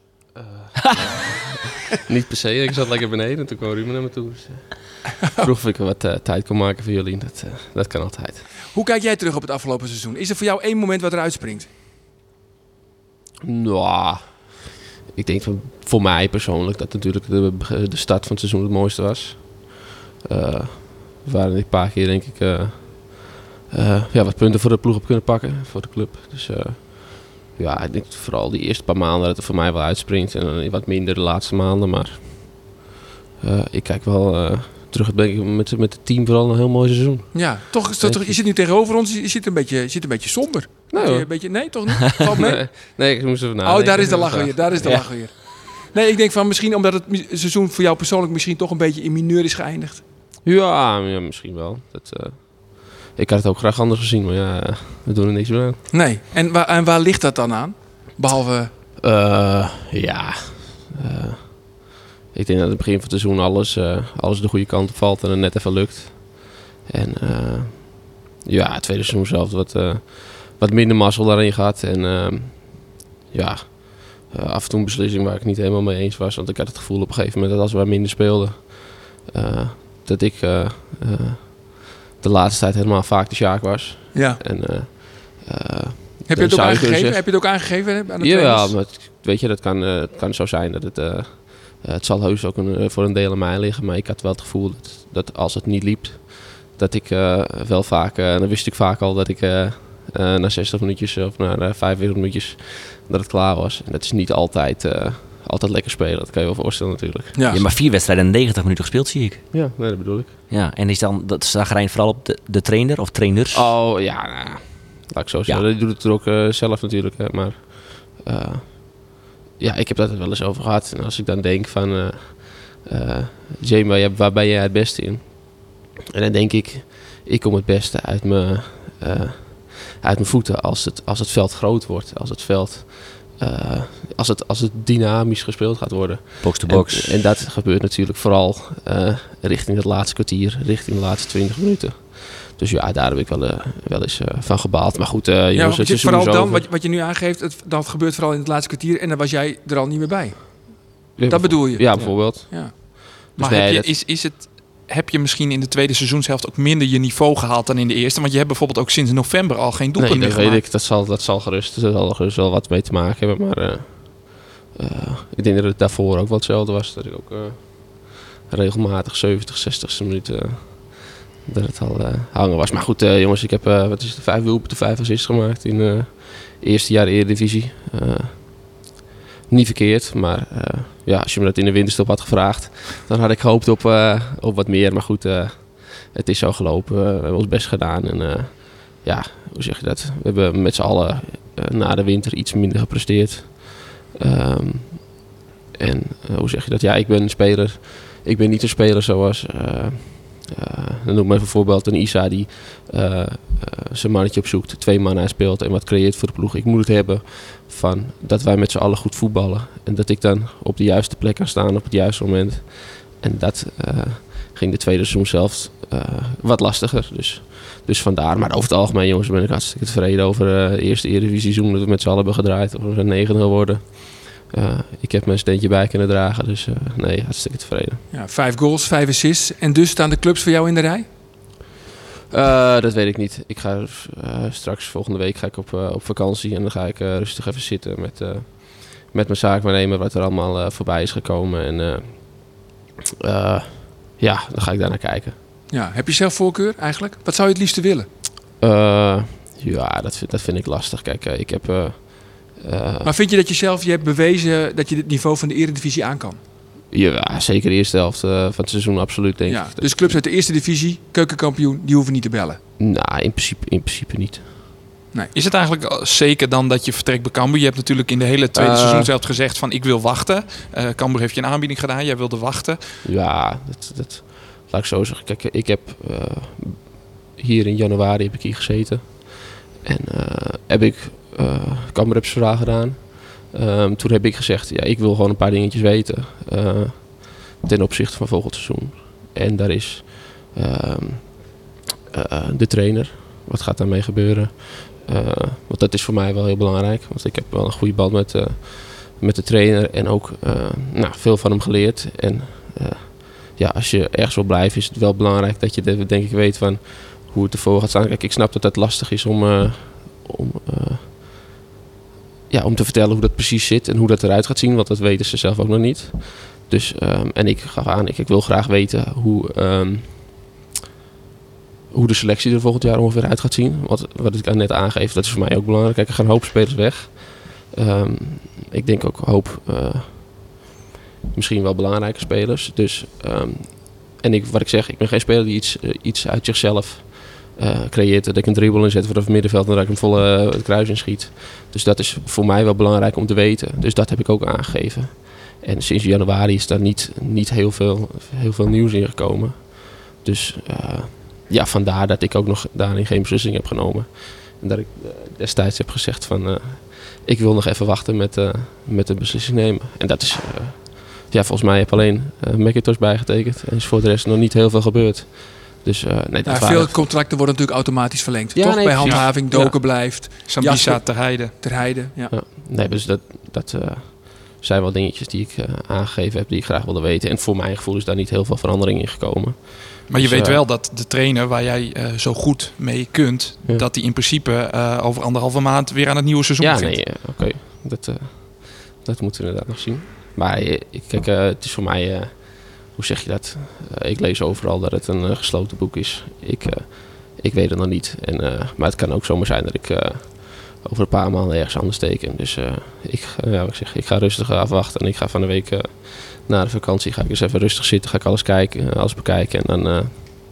Niet per se, ik zat lekker beneden en toen kwam Ruben naar me toe. Dus, uh, vroeg of ik wat uh, tijd kon maken voor jullie. Dat, uh, dat kan altijd. Hoe kijk jij terug op het afgelopen seizoen? Is er voor jou één moment wat eruit springt? Nou, ik denk van, voor mij persoonlijk dat natuurlijk de, de start van het seizoen het mooiste was. Uh, waarin ik een paar keer denk ik uh, uh, ja, wat punten voor de ploeg op kunnen pakken, voor de club. Dus uh, ja, ik denk vooral die eerste paar maanden dat het voor mij wel uitspringt. En dan wat minder de laatste maanden, maar uh, ik kijk wel... Uh, terug denk ik met, met het team vooral een heel mooi seizoen. Ja, toch, is dat toch je zit nu tegenover ons, je zit een beetje, je zit een beetje somber. Nee, Je hoor. een beetje, nee, toch niet? Valt mee? nee, nee, ik moest even nadenken. Oh, daar is de lach weer, daar is de Ja. lach weer. Nee, ik denk van misschien omdat het mi- seizoen voor jou persoonlijk misschien toch een beetje in mineur is geëindigd. Ja, ja misschien wel. Dat, uh, ik had het ook graag anders gezien, maar ja, we doen er niks meer aan. Nee, en waar, en waar ligt dat dan aan? Behalve, Uh, ja, uh, ik denk dat aan het begin van het seizoen alles, uh, alles de goede kant op valt en het net even lukt. En uh, ja, het tweede seizoen zelf wat, uh, wat minder mazzel daarin gehad. En uh, ja, uh, af en toe een beslissing waar ik het niet helemaal mee eens was. Want ik had het gevoel op een gegeven moment dat als we minder speelden, uh, dat ik uh, uh, de laatste tijd helemaal vaak de Sjaak was. ja. En, uh, uh, Heb je het ook zou je kunnen aangegeven? zeggen- Heb je het ook aangegeven hè, aan de ja, trainers? maar het- weet je, dat kan, uh, het kan zo zijn dat het... Uh, uh, het zal heus ook een, uh, voor een deel aan mij liggen, maar ik had wel het gevoel dat, dat als het niet liep, dat ik uh, wel vaak... Uh, dan wist ik vaak al dat ik uh, uh, na zestig minuutjes of na uh, vijfenveertig minuutjes dat het klaar was. En dat is niet altijd, uh, altijd lekker spelen, dat kan je wel voorstellen natuurlijk. Ja. Je hebt maar vier wedstrijden en negentig minuten gespeeld, zie ik. Ja, nee, dat bedoel ik. Ja, en is dan dat zagrijn vooral op de, de trainer of trainers? Oh, ja, nou, laat ik zo zeggen. Ja. Die doet het er ook uh, zelf natuurlijk, hè, maar... Uh, ja, ik heb dat er wel eens over gehad. En als ik dan denk van... Uh, uh, Jamie, waar, waar ben jij het beste in? En dan denk ik... Ik kom het beste uit mijn, uh, uit mijn voeten als het, als het veld groot wordt. Als het veld... Uh, als, het, als het dynamisch gespeeld gaat worden. Box to box. En, en dat gebeurt natuurlijk vooral uh, richting het laatste kwartier. Richting de laatste twintig minuten. Dus ja, daar heb ik wel, uh, wel eens uh, van gebaald. Maar goed, uh, Ja, jongens, want het je- seizoen vooral is dan, over. wat, wat je nu aangeeft, het, dat gebeurt vooral in het laatste kwartier en dan was jij er al niet meer bij. Ja, Dat bedoel je? Ja, bijvoorbeeld. Ja. Dus maar nee, heb, je, dat- is, is het, heb je misschien in de tweede seizoenshelft ook minder je niveau gehaald dan in de eerste? Want je hebt bijvoorbeeld ook sinds november al geen Nee, doelpunt dat meer weet gemaakt. ik. Dat zal, dat zal gerust, dat zal er gerust wel wat mee te maken hebben. Maar uh, uh, ik denk dat het daarvoor ook wel hetzelfde was. Dat ik ook uh, regelmatig zeventig, zestig minuten uh, dat het al uh, hangen was. Maar goed, uh, jongens, ik heb uh, wat is het, vijf doelpunten, vijf assists gemaakt in het uh, eerste jaar Eredivisie. Uh, niet verkeerd, maar uh, ja, als je me dat in de winterstop had gevraagd, dan had ik gehoopt op, uh, op wat meer. Maar goed, uh, het is zo gelopen. Uh, we hebben ons best gedaan. En uh, ja, hoe zeg je dat? We hebben met z'n allen uh, na de winter iets minder gepresteerd. Um, en uh, hoe zeg je dat? Ja, ik ben een speler. Ik ben niet een speler zoals... Uh, uh, dan noem ik even een voorbeeld. Een Isa die uh, uh, zijn mannetje opzoekt. Twee mannen speelt en wat creëert voor de ploeg. Ik moet het hebben van dat wij met z'n allen goed voetballen. En dat ik dan op de juiste plek kan staan op het juiste moment. En dat uh, ging de tweede seizoen zelf uh, wat lastiger. Dus, dus vandaar. Maar over het algemeen, jongens, ben ik hartstikke tevreden over uh, het eerste Eredivisie seizoen dat we met z'n allen hebben gedraaid. Of we zijn negende geworden. Uh, ik heb mijn steentje bij kunnen dragen, dus uh, nee, hartstikke tevreden. Ja, vijf goals, vijf assists. En dus staan de clubs voor jou in de rij? Uh, dat weet ik niet. Ik ga uh, straks volgende week ga ik op, uh, op vakantie en dan ga ik uh, rustig even zitten met, uh, met mijn zaakwaarnemer wat er allemaal uh, voorbij is gekomen. En uh, uh, ja, dan ga ik daar naar kijken. Ja, heb je zelf voorkeur eigenlijk? Wat zou je het liefste willen? Uh, ja, dat vind, dat vind ik lastig. Kijk, uh, ik heb... Uh, Uh, maar vind je dat je zelf je hebt bewezen dat je het niveau van de Eredivisie aan kan? Ja, zeker de eerste helft uh, van het seizoen absoluut, denk ja, ik. Dus clubs uit de eerste divisie, keukenkampioen, die hoeven niet te bellen? Nou, in principe, in principe niet. Nee. Is het eigenlijk zeker dan dat je vertrekt bij Cambuur? Je hebt natuurlijk in de hele tweede uh, seizoen zelf gezegd van ik wil wachten. Uh, Cambuur heeft je een aanbieding gedaan, jij wilde wachten. Ja, dat, dat laat ik zo zeggen. Kijk, ik heb uh, hier in januari heb ik hier gezeten. En uh, heb ik... Uh, Cambuur heb zijn vraag gedaan. Um, toen heb ik gezegd, ja, ik wil gewoon een paar dingetjes weten. Uh, ten opzichte van volgend seizoen. En daar is um, uh, de trainer. Wat gaat daarmee gebeuren? Uh, want dat is voor mij wel heel belangrijk. Want ik heb wel een goede band met, uh, met de trainer. En ook uh, nou, veel van hem geleerd. En uh, ja, als je ergens wil blijven is het wel belangrijk dat je de, denk ik weet van hoe het ervoor gaat staan. Kijk, ik snap dat het lastig is om... Uh, om uh, Ja, om te vertellen hoe dat precies zit en hoe dat eruit gaat zien. Want dat weten ze zelf ook nog niet. Dus, um, en ik gaf aan, ik, ik wil graag weten hoe, um, hoe de selectie er volgend jaar ongeveer uit gaat zien. Wat, wat ik net aangeef, dat is voor mij ook belangrijk. Kijk, er gaan een hoop spelers weg. Um, ik denk ook een hoop uh, misschien wel belangrijke spelers. Dus, um, en ik, wat ik zeg, ik ben geen speler die iets, uh, iets uit zichzelf... Uh, creëert dat ik een dribbel inzet vanaf het middenveld en dat ik hem volle uh, het kruis inschiet. Dus dat is voor mij wel belangrijk om te weten. Dus dat heb ik ook aangegeven. En sinds januari is daar niet, niet heel, veel, heel veel nieuws in gekomen. Dus uh, ja, vandaar dat ik ook nog daarin geen beslissing heb genomen. En dat ik uh, destijds heb gezegd van uh, ik wil nog even wachten met, uh, met de beslissing nemen. En dat is, uh, ja, volgens mij heb alleen uh, McIntosh bijgetekend. En is voor de rest nog niet heel veel gebeurd. Dus, uh, nee, nou, veel contracten worden natuurlijk automatisch verlengd. Ja, toch? Nee, bij precies. handhaving, Doken ja. blijft. Sambisa ter Heide. Ter Heide, ja. ja. Nee, dus dat, dat uh, zijn wel dingetjes die ik uh, aangegeven heb, die ik graag wilde weten. En voor mijn gevoel is daar niet heel veel verandering in gekomen. Maar je dus, weet uh, wel dat de trainer waar jij uh, zo goed mee kunt, ja. dat hij in principe uh, over anderhalve maand weer aan het nieuwe seizoen ja, begint. Ja, nee, uh, oké. Okay. Dat, uh, dat moeten we inderdaad nog zien. Maar uh, kijk, uh, het is voor mij... Uh, Hoe zeg je dat? Uh, ik lees overal dat het een uh, gesloten boek is. Ik, uh, ik weet het nog niet. En, uh, maar het kan ook zomaar zijn dat ik uh, over een paar maanden ergens anders teken. Dus uh, ik, uh, ja, wat ik, zeg, ik ga rustig afwachten. En ik ga van de week uh, na de vakantie ga ik eens even rustig zitten. Ga ik alles kijken, alles bekijken. En dan uh,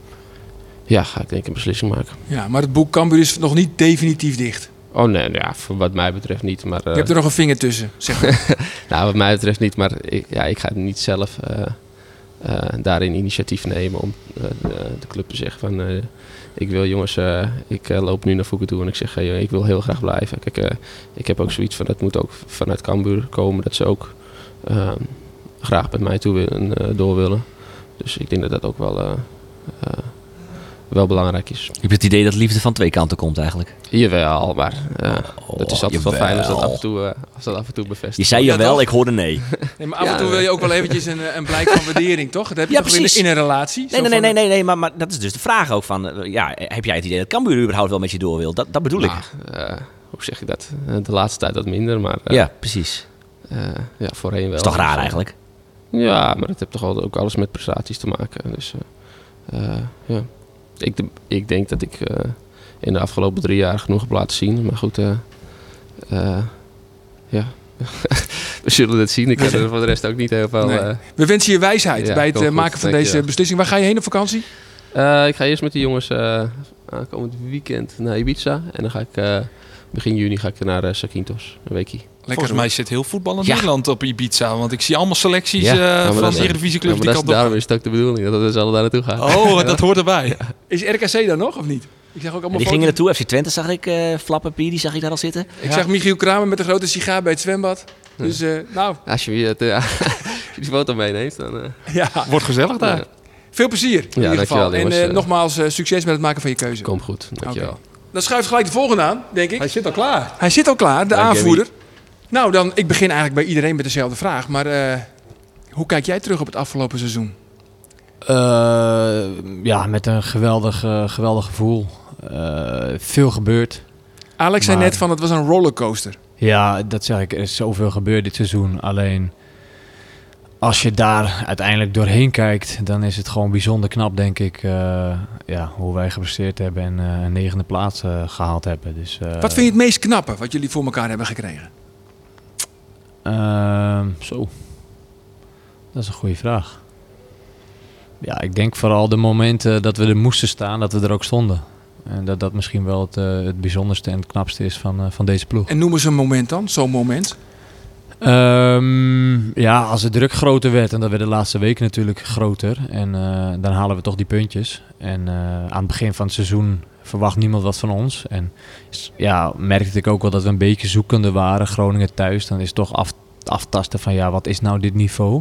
ja, ga ik denk ik een beslissing maken. Ja, maar het boek Cambuur is nog niet definitief dicht. Oh nee, ja, voor wat mij betreft niet. Maar, uh, je hebt er nog een vinger tussen, zeg maar. Nou, wat mij betreft niet. Maar ik, ja, ik ga het niet zelf... Uh, Uh, daarin initiatief nemen om uh, de, de club te zeggen van uh, ik wil jongens, uh, ik uh, loop nu naar Fouke toe en ik zeg hey, ik wil heel graag blijven. Kijk, uh, ik heb ook zoiets van dat moet ook vanuit Cambuur komen dat ze ook uh, graag bij mij toe willen, uh, door willen. Dus ik denk dat dat ook wel, uh, uh, wel belangrijk is. Je hebt het idee dat liefde van twee kanten komt eigenlijk? Jawel, maar uh, oh, het is altijd jawel. wel fijn als dat af en toe, uh, als dat af en toe bevestigt. Je zei ja, jawel, toch? ik hoorde nee. nee maar af ja, en toe wil je ook wel eventjes een, een blijk van waardering, toch? Dat heb je Ja, toch in, in een relatie? Nee, Zo nee, van, nee, nee, nee, maar, maar dat is dus de vraag ook van... Uh, ja, heb jij het idee dat Cambuur überhaupt wel met je door wil? Dat, dat bedoel nou, ik. Uh, hoe zeg je dat? Uh, de laatste tijd wat minder, maar... Uh, ja, precies. Uh, ja, voorheen wel. Dat is toch raar eigenlijk? Ja, maar dat heeft toch ook alles met prestaties te maken. Dus uh, uh, ja... Ik, de, ik denk dat ik uh, in de afgelopen drie jaar genoeg heb laten zien. Maar goed, uh, uh, ja, we zullen het zien. Ik kan er voor de rest ook niet heel veel... Nee. Uh, we wensen je wijsheid ja, bij het uh, maken van deze je. beslissing. Waar ga je heen op vakantie? Uh, ik ga eerst met de jongens uh, aankomend weekend naar Ibiza. En dan ga ik uh, begin juni ga ik naar uh, Zakynthos, een weekje. Volgens mij zit heel voetbal in ja. Nederland op Ibiza. Want ik zie allemaal selecties ja. uh, ja, van de Eredivisieclubs. Ja, daarom is het ook de bedoeling dat we z'n allen daar naartoe gaan. Oh, dat hoort erbij. Ja. Is R K C dan nog of niet? Ik zag ook allemaal die foto's. gingen naartoe. F C Twente zag ik. Uh, Flappen P, die zag ik daar al zitten. Ik ja. zag Michiel Kramer met een grote sigaar bij het zwembad. Ja. Dus uh, nou... Als je, het, uh, als je die foto meeneemt, dan... Uh... Ja. Wordt gezellig daar. Ja. Veel plezier in ja, ieder geval. En uh, uh, nogmaals, uh, succes met het maken van je keuze. Komt goed, dankjewel. Okay. Dan schuift gelijk de volgende aan, denk ik. Hij zit al klaar. Hij zit al klaar, de Dank aanvoerder. Jamie. Nou, dan, ik begin eigenlijk bij iedereen met dezelfde vraag. Maar uh, hoe kijk jij terug op het afgelopen seizoen? Uh, ja, met een geweldig, uh, geweldig gevoel. Uh, veel gebeurd. Alex maar, zei net van het was een rollercoaster. Ja, dat zeg ik. Er is zoveel gebeurd dit seizoen. Alleen als je daar uiteindelijk doorheen kijkt, dan is het gewoon bijzonder knap, denk ik, uh, ja, hoe wij gepresteerd hebben en uh, een negende plaats uh, gehaald hebben. Dus, uh, wat vind je het meest knappe wat jullie voor elkaar hebben gekregen? Uh, zo. Dat is een goede vraag. Ja, ik denk vooral de momenten dat we er moesten staan, dat we er ook stonden. En dat dat misschien wel het, uh, het bijzonderste en het knapste is van, uh, van deze ploeg. En noem eens een moment dan, zo'n moment. Um, ja, als de druk groter werd, en dat werd de laatste weken natuurlijk groter. En uh, dan halen we toch die puntjes. En uh, aan het begin van het seizoen verwacht niemand wat van ons. En ja, merkte ik ook wel dat we een beetje zoekende waren. Groningen thuis, dan is het toch af, aftasten van ja, wat is nou dit niveau?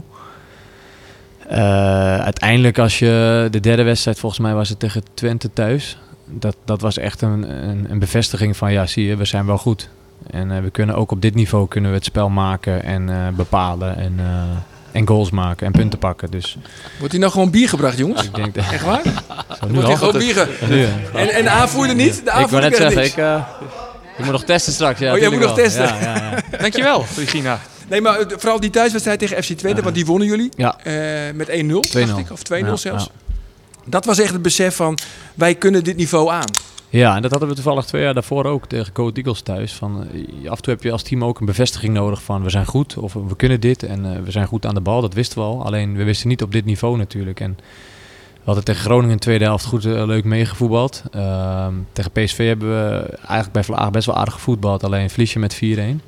Uh, uiteindelijk als je de derde wedstrijd, volgens mij was het tegen Twente thuis. Dat, dat was echt een, een, een bevestiging van ja, zie je, we zijn wel goed. En uh, we kunnen ook op dit niveau kunnen we het spel maken en uh, bepalen en, uh, en goals maken en punten pakken. Dus wordt hier nou gewoon bier gebracht, jongens? ik denk dat, echt waar? Zo, nu wordt hier gewoon bier gebracht? En, en de aanvoerder niet? De aanvoerder ik wou net zeggen, niks. ik, uh, ik moet nog testen straks. Ja, oh, jij moet nog wel. testen? Ja, ja, ja. Dankjewel, Regina. Nee, maar vooral die thuiswedstrijd tegen F C Twente, uh, want die wonnen jullie ja. uh, met één nul, dacht ik, of twee nul ja, zelfs. Ja. Dat was echt het besef van, wij kunnen dit niveau aan. Ja, en dat hadden we toevallig twee jaar daarvoor ook tegen Go Eagles thuis. Van, uh, af en toe heb je als team ook een bevestiging nodig van we zijn goed of we kunnen dit en uh, we zijn goed aan de bal. Dat wisten we al, alleen we wisten niet op dit niveau natuurlijk. En we hadden tegen Groningen in de tweede helft goed uh, leuk meegevoetbald. Uh, tegen P S V hebben we eigenlijk bij Vlaag best wel aardig gevoetbald, alleen verlies je met vier een.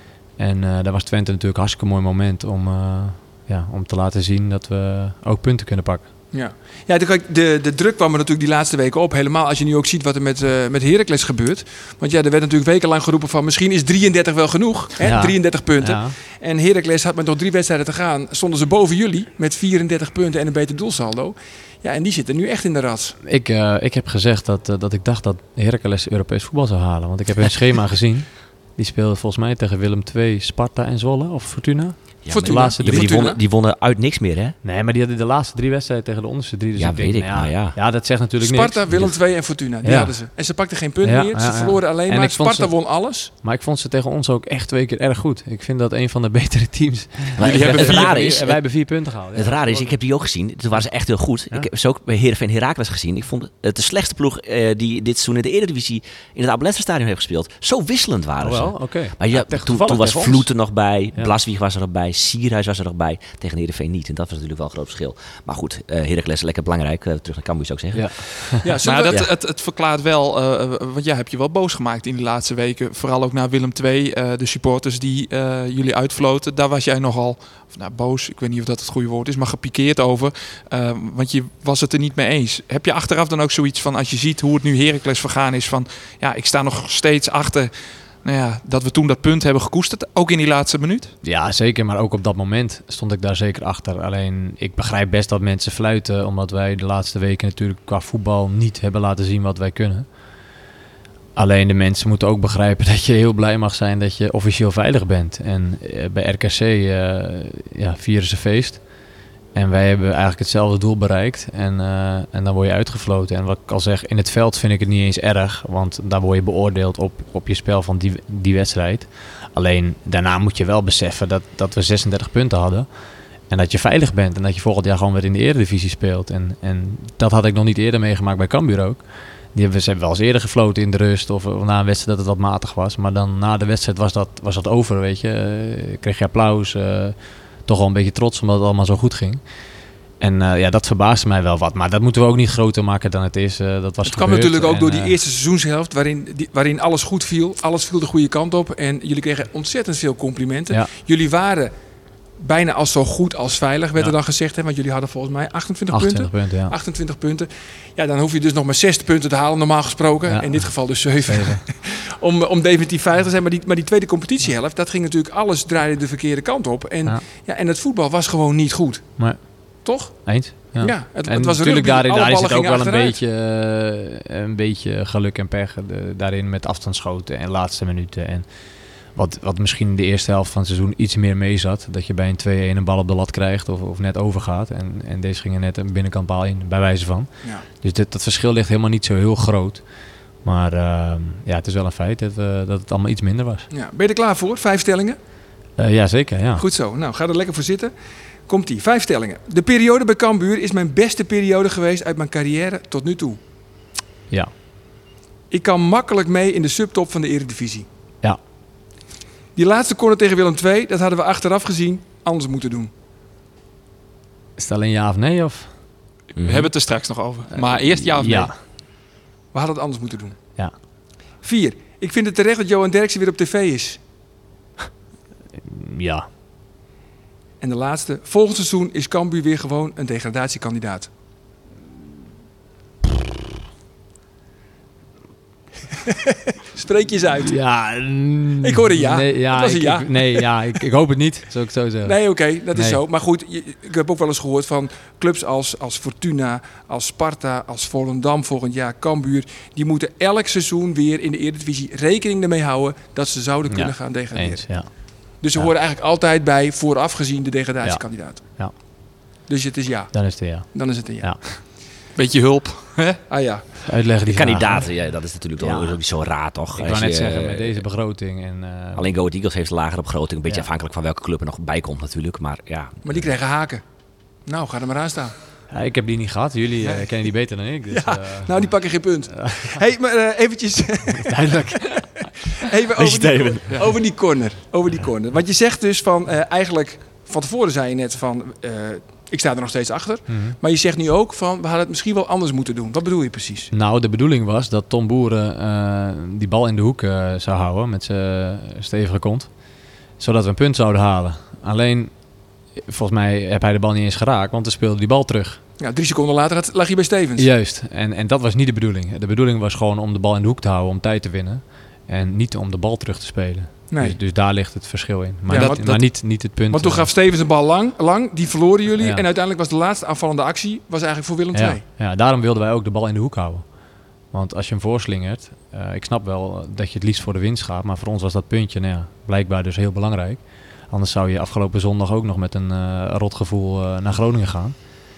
En uh, daar was Twente natuurlijk een hartstikke mooi moment om, uh, ja, om te laten zien dat we ook punten kunnen pakken. Ja, ja de, de, de druk kwam er natuurlijk die laatste weken op. Helemaal als je nu ook ziet wat er met, uh, met Heracles gebeurt. Want ja, er werd natuurlijk wekenlang geroepen van misschien is drieëndertig wel genoeg. Hè? Ja. drieëndertig punten. Ja. En Heracles had met nog drie wedstrijden te gaan. Stonden ze boven jullie met vierendertig punten en een beter doelsaldo. Ja, en die zitten nu echt in de ras. Ik, uh, ik heb gezegd dat, uh, dat ik dacht dat Heracles Europees voetbal zou halen. Want ik heb hun schema gezien. Die speelde volgens mij tegen Willem twee, Sparta en Zwolle of Fortuna. Ja, Fortuna. De laatste die, drie. die, wonnen, die wonnen uit niks meer, hè? Nee, maar die hadden de laatste drie wedstrijden tegen de onderste drie. Dus Ja, ik denk, weet ik, nou ja, maar ja. ja, dat zegt natuurlijk Sparta, niks. Willem twee en Fortuna. Die Ja. hadden ze. En ze pakten geen punten Ja, meer. Ze ja, ja. verloren alleen En maar. ik vond Sparta ze- won alles. Maar ik vond ze tegen ons ook echt twee keer erg goed. Ik vind dat een van de betere teams. Maar Die het, hebben het vier- rare is, wij hebben vier punten gehaald. het Ja. rare is, ik heb die ook gezien. Toen waren ze echt heel goed. Ja. Ik heb ze ook bij Heerenveen Heracles gezien. Ik vond het de slechtste ploeg uh, die dit seizoen in de Eredivisie in het Abelense-stadion heeft gespeeld. Zo wisselend waren Oh, ze. wel? Oké. Maar ja, Ja, tegen- toen, toevallig toen was tegen ons. Vloed er nog bij, Ja. Blaswieg was er nog bij, Sierhuis was er nog bij. Tegen Heerenveen niet. En dat was natuurlijk wel een groot verschil. Maar goed, uh, Heracles lekker belangrijk. Uh, terug naar Cambuur zou ik zeggen. Ja. Ja, zullen Maar we- dat, Ja. het, het verklaart wel, uh, want ja, heb je wel boos gemaakt in de laatste weken. Vooral ook naar Willem twee, uh, de supporters die uh, jullie uitfloten. Daar was jij nogal, of nou, boos, ik weet niet of dat het goede woord is, maar gepikeerd over. Uh, want je was het er niet mee eens. Heb je achteraf dan ook zoiets van, als je ziet hoe het nu Heracles vergaan is, van ja, ik sta nog steeds achter... Nou ja, dat we toen dat punt hebben gekoesterd, ook in die laatste minuut. Ja, zeker. Maar ook op dat moment stond ik daar zeker achter. Alleen, ik begrijp best dat mensen fluiten. Omdat wij de laatste weken natuurlijk qua voetbal niet hebben laten zien wat wij kunnen. Alleen de mensen moeten ook begrijpen dat je heel blij mag zijn dat je officieel veilig bent. En eh, bij R K C uh, ja, vieren ze feest. En wij hebben eigenlijk hetzelfde doel bereikt. En, uh, en dan word je uitgefloten. En wat ik al zeg, in het veld vind ik het niet eens erg. Want daar word je beoordeeld op, op je spel van die, die wedstrijd. Alleen daarna moet je wel beseffen dat, dat we zesendertig punten hadden. En dat je veilig bent. En dat je volgend jaar gewoon weer in de Eredivisie speelt. En, en dat had ik nog niet eerder meegemaakt bij Cambuur ook. Die hebben, ze hebben wel eens eerder gefloten in de rust. Of, of na een wedstrijd dat het wat matig was. Maar dan na de wedstrijd was dat, was dat over, weet je. Uh, kreeg je applaus. Uh, toch wel een beetje trots omdat het allemaal zo goed ging. En uh, ja, dat verbaasde mij wel wat. Maar dat moeten we ook niet groter maken dan het is. Uh, dat was het kwam gebeurd. natuurlijk ook en, door die uh, eerste seizoenshelft... Waarin, die, waarin alles goed viel. Alles viel de goede kant op. En jullie kregen ontzettend veel complimenten. Ja. Jullie waren bijna als zo goed als veilig, werd ja. er dan gezegd. Hè? Want jullie hadden volgens mij achtentwintig, achtentwintig punten. punten ja. achtentwintig punten. Ja, dan hoef je dus nog maar zes punten te halen, normaal gesproken. Ja. In dit geval dus zeven. om, om definitief veilig te zijn. Maar die, maar die tweede competitiehelft, dat ging natuurlijk... Alles draaide de verkeerde kant op. En, ja. Ja, en het voetbal was gewoon niet goed. Maar, toch? Eens. Ja, ja het, en het was natuurlijk rugby, daarin, daarin zit ook wel achteruit. een beetje, uh, een beetje geluk en pech. De, daarin met afstandsschoten en laatste minuten. En wat, wat misschien in de eerste helft van het seizoen iets meer mee zat. Dat je bij een twee-een een bal op de lat krijgt of, of net overgaat. En, en deze gingen net een binnenkant paal in, bij wijze van. Ja. Dus dit, dat verschil ligt helemaal niet zo heel groot. Maar uh, ja, het is wel een feit dat, uh, dat het allemaal iets minder was. Ja. Ben je er klaar voor? Vijf stellingen? Uh, ja, zeker. Ja. Goed zo. Nou, ga er lekker voor zitten. Komt-ie. Vijf stellingen. De periode bij Cambuur is mijn beste periode geweest uit mijn carrière tot nu toe. Ja. Ik kan makkelijk mee in de subtop van de Eredivisie. Ja. Die laatste corner tegen Willem twee, dat hadden we achteraf gezien anders moeten doen. Is het alleen ja of nee? Of? We mm-hmm. hebben het er straks nog over. Maar eerst ja of nee? Ja. We hadden het anders moeten doen. Ja. Vier. Ik vind het terecht dat Johan Derksen weer op tv is. Ja. En de laatste. Volgend seizoen is Cambuur weer gewoon een degradatiekandidaat. Spreek je eens uit. Ja. Mm, ik hoorde ja. Nee, ja, dat was een ik, ja. Ik, nee, ja, ik, ik hoop het niet, zou ik zo zeggen. Nee, oké, okay, dat nee. is zo. Maar goed, je, ik heb ook wel eens gehoord van clubs als, als Fortuna, als Sparta, als Volendam volgend jaar, Cambuur. Die moeten elk seizoen weer in de Eredivisie rekening ermee houden dat ze zouden kunnen ja, gaan degraderen. Eens, ja. Dus ze ja. horen eigenlijk altijd bij vooraf gezien de degradatiekandidaat. Ja. ja. Dus het is ja. Dan is het ja. Dan is het een ja. ja. Beetje hulp. Hè? Ah ja. Uitleggen die kandidaten, ja, dat is natuurlijk ja. toch ook niet zo raar, toch? Ik wou net zeggen, met deze begroting. En, uh, alleen Go Ahead Eagles heeft een lagere begroting. Een beetje ja. afhankelijk van welke club er nog bij komt natuurlijk. Maar, ja. maar die krijgen haken. Nou, ga er maar aan staan. Ja, ik heb die niet gehad. Jullie uh, kennen die beter dan ik. Dus, ja, uh, nou, die pakken geen punt. Uh, hey, maar uh, eventjes... Duidelijk. Even over die, ja. over die corner. Over die corner. Want je zegt dus van... Uh, eigenlijk, van tevoren zei je net van... Uh, ik sta er nog steeds achter. Mm-hmm. Maar je zegt nu ook van... we hadden het misschien wel anders moeten doen. Wat bedoel je precies? Nou, de bedoeling was dat Tom Boeren uh, die bal in de hoek uh, zou houden... met zijn stevige kont. Zodat we een punt zouden halen. Alleen, volgens mij heb hij de bal niet eens geraakt... want hij speelde die bal terug. Ja, drie seconden later lag je bij Stevens. Juist. En, en dat was niet de bedoeling. De bedoeling was gewoon om de bal in de hoek te houden... om tijd te winnen. En niet om de bal terug te spelen. Nee. Dus, dus daar ligt het verschil in. Maar, ja, dat, maar dat, niet, niet het punt. Want toen gaf Stevens de bal lang, lang die verloren jullie. Ja. En uiteindelijk was de laatste aanvallende actie was eigenlijk voor Willem twee. Ja, ja, daarom wilden wij ook de bal in de hoek houden. Want als je hem voorslingert, uh, ik snap wel dat je het liefst voor de winst gaat. Maar voor ons was dat puntje nou ja, blijkbaar dus heel belangrijk. Anders zou je afgelopen zondag ook nog met een uh, rotgevoel uh, naar Groningen gaan.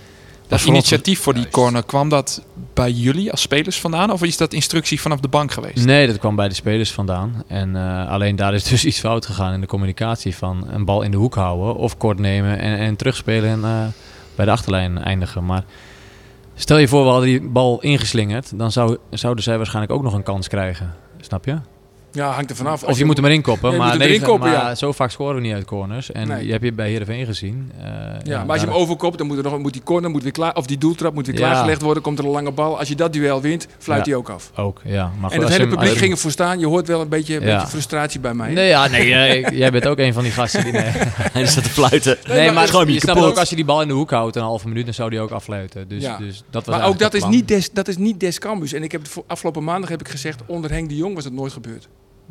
Dat initiatief voor die corner, kwam dat bij jullie als spelers vandaan? Of is dat instructie vanaf de bank geweest? Nee, dat kwam bij de spelers vandaan. En uh, alleen daar is dus iets fout gegaan in de communicatie van een bal in de hoek houden of kort nemen en, en terugspelen en uh, bij de achterlijn eindigen. Maar stel je voor, we hadden die bal ingeslingerd, dan zou, zouden zij waarschijnlijk ook nog een kans krijgen. Snap je? Ja, hangt er vanaf. Of je, je moet hem erin koppen, ja, maar, negen, koppen, maar ja. zo vaak scoren we niet uit corners. En nee. je hebt je bij Heerenveen gezien. Uh, ja, ja, maar als je hem overkopt, dan moet, er nog, moet die corner moet weer klaar, of die doeltrap moet weer ja. klaargelegd worden. Komt er een lange bal. Als je dat duel wint, fluit hij ja. ook af. Ook, ja. Maar en het hele publiek ging ervoor staan. Je hoort wel een beetje, een ja. beetje frustratie bij mij. Nee, ja, nee jij, jij bent ook een van die gasten die... Nee. Hij staat te fluiten. Nee, nee maar, maar gewoon je snapt ook als je die bal in de hoek houdt een halve minuut, dan zou die ook affluiten. Dus, ja. dus dat was maar ook dat is, niet des, dat is niet des Cambuurs. En ik heb het afgelopen maandag heb ik gezegd, onder Henk de Jong was het nooit gebeurd.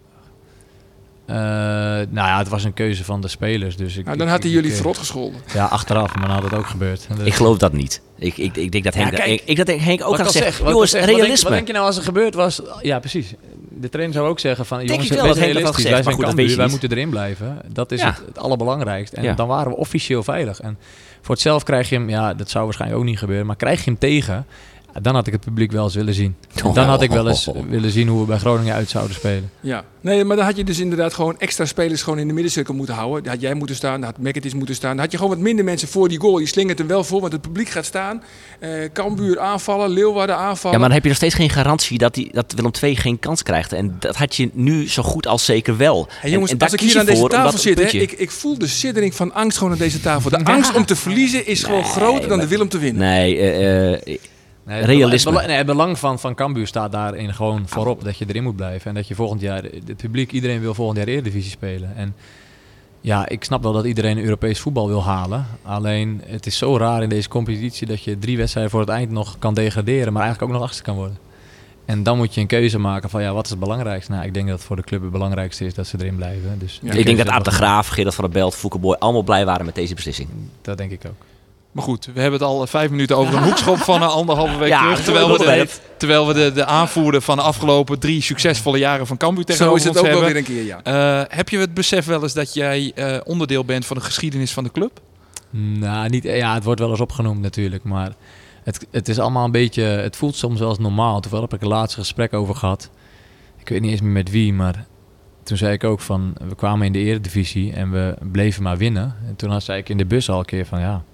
Uh, nou ja, het was een keuze van de spelers. Dus ik, nou, dan had hij jullie ik, verrot gescholden. Ja, achteraf, maar dan had het ook gebeurd. Dus ik geloof dat niet. Ik, ik, ik denk dat Henk, ja, ik, ik dat Henk ook gaat zeggen. Jongens, zeg, realisme. Wat denk, wat denk je nou als er gebeurd was? Ja, precies. De trainer zou ook zeggen van... Denk jongens, ik wel, wees dat realistisch. Gezegd, wij zijn goed, Cambuur, wij moeten erin blijven. Dat is ja. het, het allerbelangrijkste. En ja. dan waren we officieel veilig. En voor het zelf krijg je hem... Ja, dat zou waarschijnlijk ook niet gebeuren. Maar krijg je hem tegen... Dan had ik het publiek wel eens willen zien. En dan had ik wel eens willen zien hoe we bij Groningen uit zouden spelen. Ja, nee, maar dan had je dus inderdaad gewoon extra spelers gewoon in de middencirkel moeten houden. Daar had jij moeten staan, daar had Mekketis moeten staan. Dan had je gewoon wat minder mensen voor die goal. Je slingert hem wel voor, want het publiek gaat staan. Uh, Cambuur aanvallen, Leeuwarden aanvallen. Ja, maar dan heb je nog steeds geen garantie dat, die, dat Willem twee geen kans krijgt. En dat had je nu zo goed als zeker wel. Hey, jongens, en, en als ik hier aan deze tafel zit, hè, ik, ik voel de siddering van angst gewoon aan deze tafel. De angst om te verliezen is nee, gewoon groter dan maar, de Willem te winnen. Nee, uh, uh, Nee, het realisme. Belang, nee, het belang van, van Cambuur staat daarin gewoon voorop. Dat je erin moet blijven. En dat je volgend jaar... Het publiek, iedereen wil volgend jaar Eredivisie spelen. En ja, ik snap wel dat iedereen Europees voetbal wil halen. Alleen, het is zo raar in deze competitie dat je drie wedstrijden voor het eind nog kan degraderen. Maar eigenlijk ook nog achtste kan worden. En dan moet je een keuze maken van ja, wat is het belangrijkste? Nou, ik denk dat het voor de club het belangrijkste is dat ze erin blijven. Dus ja, ik denk dat Aad de Graaf, Gerard van der Belt, Foukeboy allemaal blij waren met deze beslissing. Dat denk ik ook. Maar goed, we hebben het al vijf minuten over een hoekschop van een anderhalve week ja, terug. Terwijl we, de, terwijl we de, de aanvoerder van de afgelopen drie succesvolle jaren van Cambuur tegenover ons hebben. Zo is het ook wel weer een keer, ja. Uh, heb je het besef wel eens dat jij uh, onderdeel bent van de geschiedenis van de club? Nou, niet, ja, het wordt wel eens opgenoemd natuurlijk. Maar het, het is allemaal een beetje... Het voelt soms wel eens normaal. Toevallig heb ik een laatste gesprek over gehad. Ik weet niet eens meer met wie, maar... Toen zei ik ook van... We kwamen in de Eredivisie en we bleven maar winnen. En toen zei ik in de bus al een keer van... ja.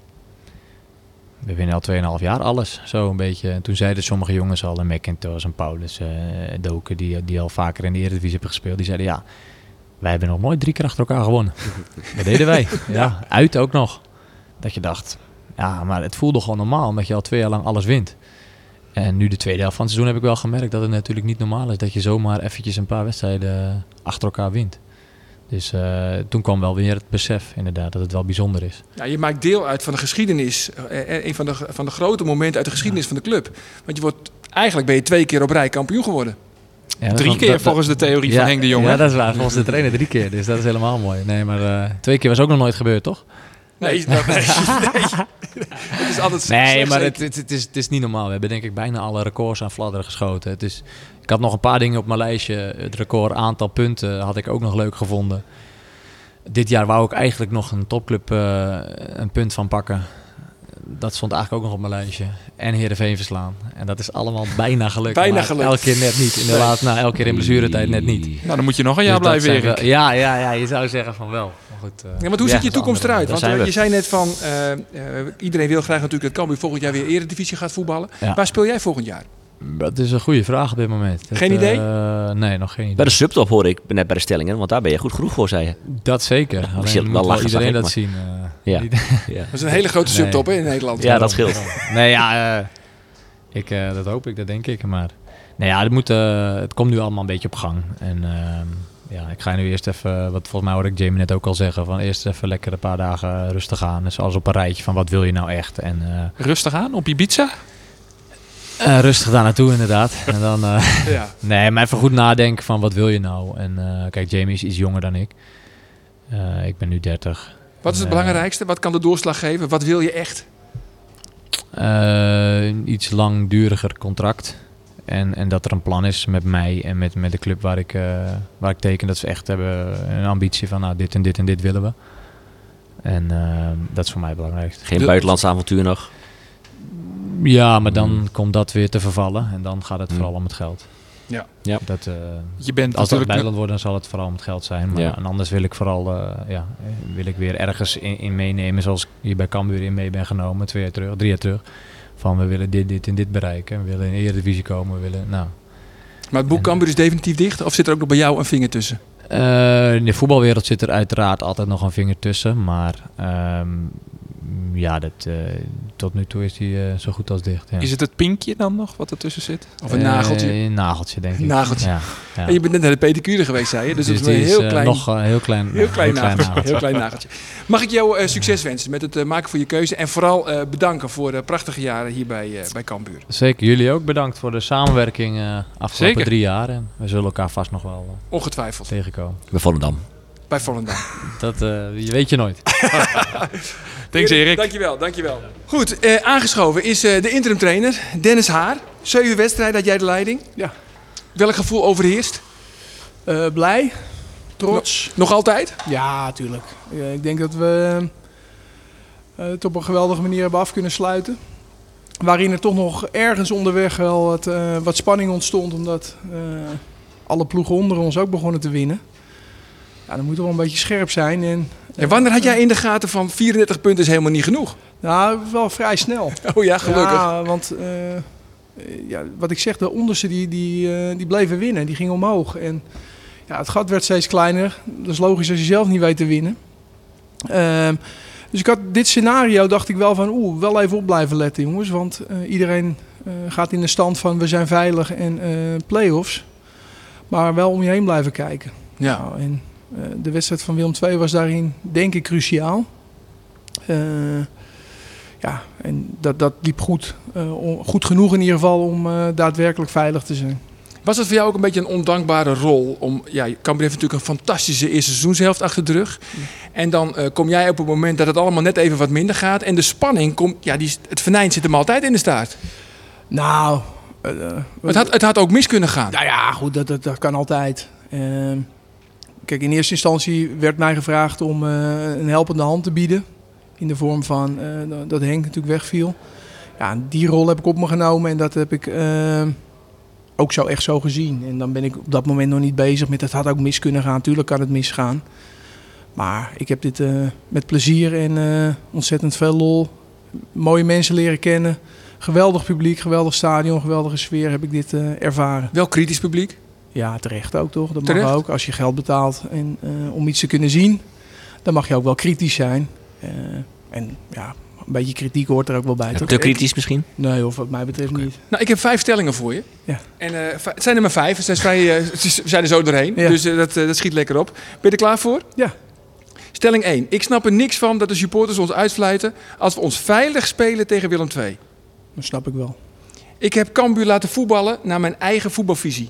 We winnen al tweeënhalf jaar alles, zo een beetje. En toen zeiden sommige jongens al, en McIntosh en Paulus, uh, Doken, die, die al vaker in de Eredivisie hebben gespeeld, die zeiden ja, wij hebben nog nooit drie keer achter elkaar gewonnen. Dat deden wij. Ja, uit ook nog. Dat je dacht, ja, maar het voelde gewoon normaal, omdat je al twee jaar lang alles wint. En nu de tweede helft van het seizoen heb ik wel gemerkt dat het natuurlijk niet normaal is dat je zomaar eventjes een paar wedstrijden achter elkaar wint. Dus uh, toen kwam wel weer het besef inderdaad dat het wel bijzonder is. Ja, je maakt deel uit van de geschiedenis. Uh, een van de, van de grote momenten uit de geschiedenis ja. van de club. Want je wordt, eigenlijk ben je twee keer op rij kampioen geworden. Ja, drie was, keer dat, volgens de theorie ja, van Henk de Jong. Ja, dat is waar. Volgens de trainer drie keer. Dus dat is helemaal mooi. Nee, maar uh, twee keer was ook nog nooit gebeurd, toch? Nee, dat, nee, nee. Het is altijd Nee, maar het, het, het, is, het is niet normaal. We hebben denk ik bijna alle records aan fladderen geschoten. Het is, ik had nog een paar dingen op mijn lijstje. Het record aantal punten had ik ook nog leuk gevonden. Dit jaar wou ik eigenlijk nog een topclub uh, een punt van pakken. Dat stond eigenlijk ook nog op mijn lijstje. En Heerenveen verslaan. En dat is allemaal bijna gelukt. Bijna gelukt. Elke keer net niet. In de laatste, nou, elke keer in blessuretijd net niet. Nou, dan moet je nog een jaar dus blijven, Erik. Wel, ja, ja, ja, je zou zeggen van wel. Maar goed, uh, ja, maar hoe ziet je toekomst eruit? Want uh, we. je zei net van, uh, uh, iedereen wil graag natuurlijk dat Cambuur volgend jaar weer Eredivisie gaat voetballen. Ja. Waar speel jij volgend jaar? Dat is een goede vraag op dit moment. Geen dat, idee? Uh, nee, nog geen idee. Bij de subtop hoor ik net bij de stellingen, want daar ben je goed genoeg voor, zei je. Dat zeker. Ja, Alleen moet wel lachen, iedereen dat maar. zien. Uh, ja. ja. Dat is een hele grote subtop nee. hè, in Nederland. Ja, dat scheelt. Nee, ja, uh, ik, uh, dat hoop ik, dat denk ik. Maar nee, ja, het, moet, uh, het komt nu allemaal een beetje op gang. En uh, ja, ik ga nu eerst even, wat volgens mij hoorde ik Jamie net ook al zeggen, van eerst even lekker een paar dagen rustig aan. Dus alles op een rijtje van wat wil je nou echt. En, uh, rustig aan op Ibiza? Uh, rustig daar naartoe inderdaad. En dan, uh, ja. Nee, maar even goed nadenken van wat wil je nou. En uh, kijk, Jamie is iets jonger dan ik. Uh, ik ben nu dertig. Wat is het uh, belangrijkste? Wat kan de doorslag geven? Wat wil je echt? Uh, een iets langduriger contract. En, en dat er een plan is met mij en met, met de club waar ik, uh, waar ik teken. Dat ze echt hebben een ambitie van nou, dit en dit en dit willen we. En uh, dat is voor mij het belangrijkste. Geen buitenlandse avontuur nog? Ja, maar dan mm. komt dat weer te vervallen. En dan gaat het mm. vooral om het geld. Ja. ja. Dat, uh, je bent als het buitenland wordt, dan zal het vooral om het geld zijn. Maar ja. en anders wil ik vooral uh, ja, wil ik weer ergens in, in meenemen. Zoals ik hier bij Cambuur in mee ben genomen. Twee jaar terug, drie jaar terug. Van we willen dit, dit en dit bereiken. We willen in de Eredivisie komen. We willen, nou. Maar het boek Cambuur is definitief dicht? Of zit er ook nog bij jou een vinger tussen? Uh, in de voetbalwereld zit er uiteraard altijd nog een vinger tussen. Maar um, ja, dat, uh, tot nu toe is die uh, zo goed als dicht. Ja. Is het het pinkje dan nog wat ertussen zit? Of een uh, nageltje? Een nageltje, denk ik. Nageltje. Ja, ja. En je bent net naar de pedicure geweest, zei je. Dus, dus dat is een heel uh, klein... Nog een uh, heel klein, heel klein, heel nageltje. klein nageltje. Heel klein nageltje. Mag ik jou uh, succes wensen met het uh, maken van je keuze. En vooral uh, bedanken voor de prachtige jaren hier bij, uh, bij Cambuur. Zeker. Jullie ook bedankt voor de samenwerking uh, afgelopen Zeker. drie jaar. En we zullen elkaar vast nog wel uh, ongetwijfeld tegenkomen. Bij Volendam. Bij Volendam. Dat uh, je weet je nooit. Thanks Erik. Dankjewel, dankjewel. Goed, uh, aangeschoven is uh, de interim trainer Dennis Haar. Zeven wedstrijden had jij de leiding. Ja. Welk gevoel overheerst? Uh, blij, trots. Nog, nog altijd? Ja, tuurlijk. Uh, ik denk dat we uh, het op een geweldige manier hebben af kunnen sluiten. waarin er toch nog ergens onderweg wel wat, uh, wat spanning ontstond. Omdat uh, alle ploegen onder ons ook begonnen te winnen. Ja, dan moet je wel een beetje scherp zijn. En, en wanneer had jij in de gaten van vierendertig punten is helemaal niet genoeg? Nou, wel vrij snel. Oh ja, gelukkig. Ja, want uh, ja, wat ik zeg, de onderste die, die, uh, die bleven winnen. Die gingen omhoog. En ja, het gat werd steeds kleiner. Dat is logisch als je zelf niet weet te winnen. Uh, dus ik had dit scenario, dacht ik wel van, oeh, wel even op blijven letten, jongens. Want uh, iedereen uh, gaat in de stand van we zijn veilig en uh, play-offs. Maar wel om je heen blijven kijken. Ja. Nou, en uh, de wedstrijd van Willem twee was daarin, denk ik, cruciaal. Uh, ja, en dat, dat liep goed. Uh, om, goed genoeg in ieder geval om uh, daadwerkelijk veilig te zijn. Was het voor jou ook een beetje een ondankbare rol? Om, ja, Cambuur heeft natuurlijk een fantastische eerste seizoenshelft achter de rug. En dan uh, kom jij op het moment dat het allemaal net even wat minder gaat. En de spanning, komt, ja, die, het venijn zit hem altijd in de staart. Nou... Uh, het, had, het had ook mis kunnen gaan. Nou ja, goed, dat, dat, dat kan altijd. Uh, kijk, in eerste instantie werd mij gevraagd om uh, een helpende hand te bieden. In de vorm van uh, dat Henk natuurlijk wegviel. Ja, die rol heb ik op me genomen en dat heb ik... Uh, ook zo echt zo gezien. En dan ben ik op dat moment nog niet bezig met het had ook mis kunnen gaan. Tuurlijk kan het misgaan. Maar ik heb dit uh, met plezier en uh, ontzettend veel lol. Mooie mensen leren kennen. Geweldig publiek, geweldig stadion, geweldige sfeer heb ik dit uh, ervaren. Wel kritisch publiek? Ja, terecht ook toch. Dat terecht? mag ook. Als je geld betaalt en, uh, om iets te kunnen zien, dan mag je ook wel kritisch zijn. Uh, en ja... Een beetje kritiek hoort er ook wel bij. Ja, te kritisch misschien? Nee, of wat mij betreft okay. niet. Nou, ik heb vijf stellingen voor je. Ja. En uh, het zijn er maar vijf. Het zijn vrij, uh, we zijn er zo doorheen. Ja. Dus uh, dat, uh, dat schiet lekker op. Ben je er klaar voor? Ja. Stelling één. Ik snap er niks van dat de supporters ons uitfluiten als we ons veilig spelen tegen Willem twee. Dat snap ik wel. Ik heb Cambuur laten voetballen naar mijn eigen voetbalvisie.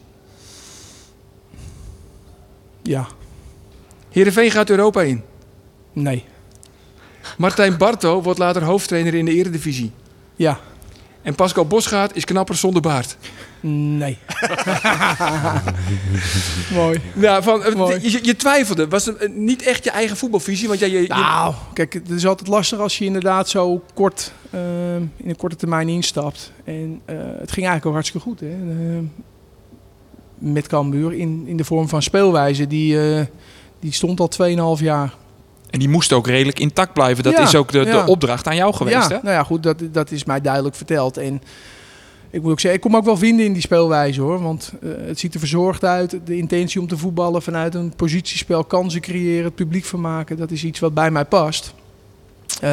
Ja. Heerenveen gaat Europa in. Nee. Martijn Barto wordt later hoofdtrainer in de Eredivisie. Ja. En Pascal Bosgaard is knapper zonder baard. Nee. Mooi. Ja, van, Mooi. Je, je twijfelde. Was het niet echt je eigen voetbalvisie? Want jij, je, nou, kijk, het is altijd lastig als je inderdaad zo kort uh, in een korte termijn instapt. En uh, het ging eigenlijk ook hartstikke goed, hè? Uh, met Cambuur in, in de vorm van speelwijze. Die, uh, die stond al twee komma vijf jaar. En die moest ook redelijk intact blijven. Dat ja, is ook de, ja. de opdracht aan jou geweest, ja, hè? Nou ja, goed, dat, dat is mij duidelijk verteld. En ik moet ook zeggen, ik kom ook wel vinden in die speelwijze, hoor. Want uh, het ziet er verzorgd uit. De intentie om te voetballen vanuit een positiespel, kansen creëren, het publiek vermaken. Dat is iets wat bij mij past. Uh,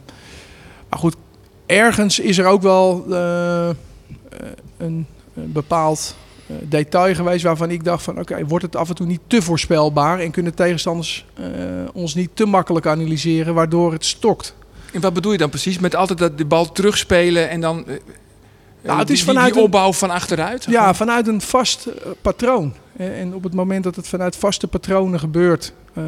maar goed, ergens is er ook wel uh, een, een bepaald... Uh, detail geweest waarvan ik dacht van oké, okay, wordt het af en toe niet te voorspelbaar en kunnen tegenstanders uh, ons niet te makkelijk analyseren waardoor het stokt. En wat bedoel je dan precies? Met altijd dat de bal terugspelen en dan uh, nou, het is die, vanuit die opbouw van achteruit? Ja, gewoon? Vanuit een vast uh, patroon. En, en op het moment dat het vanuit vaste patronen gebeurt, uh,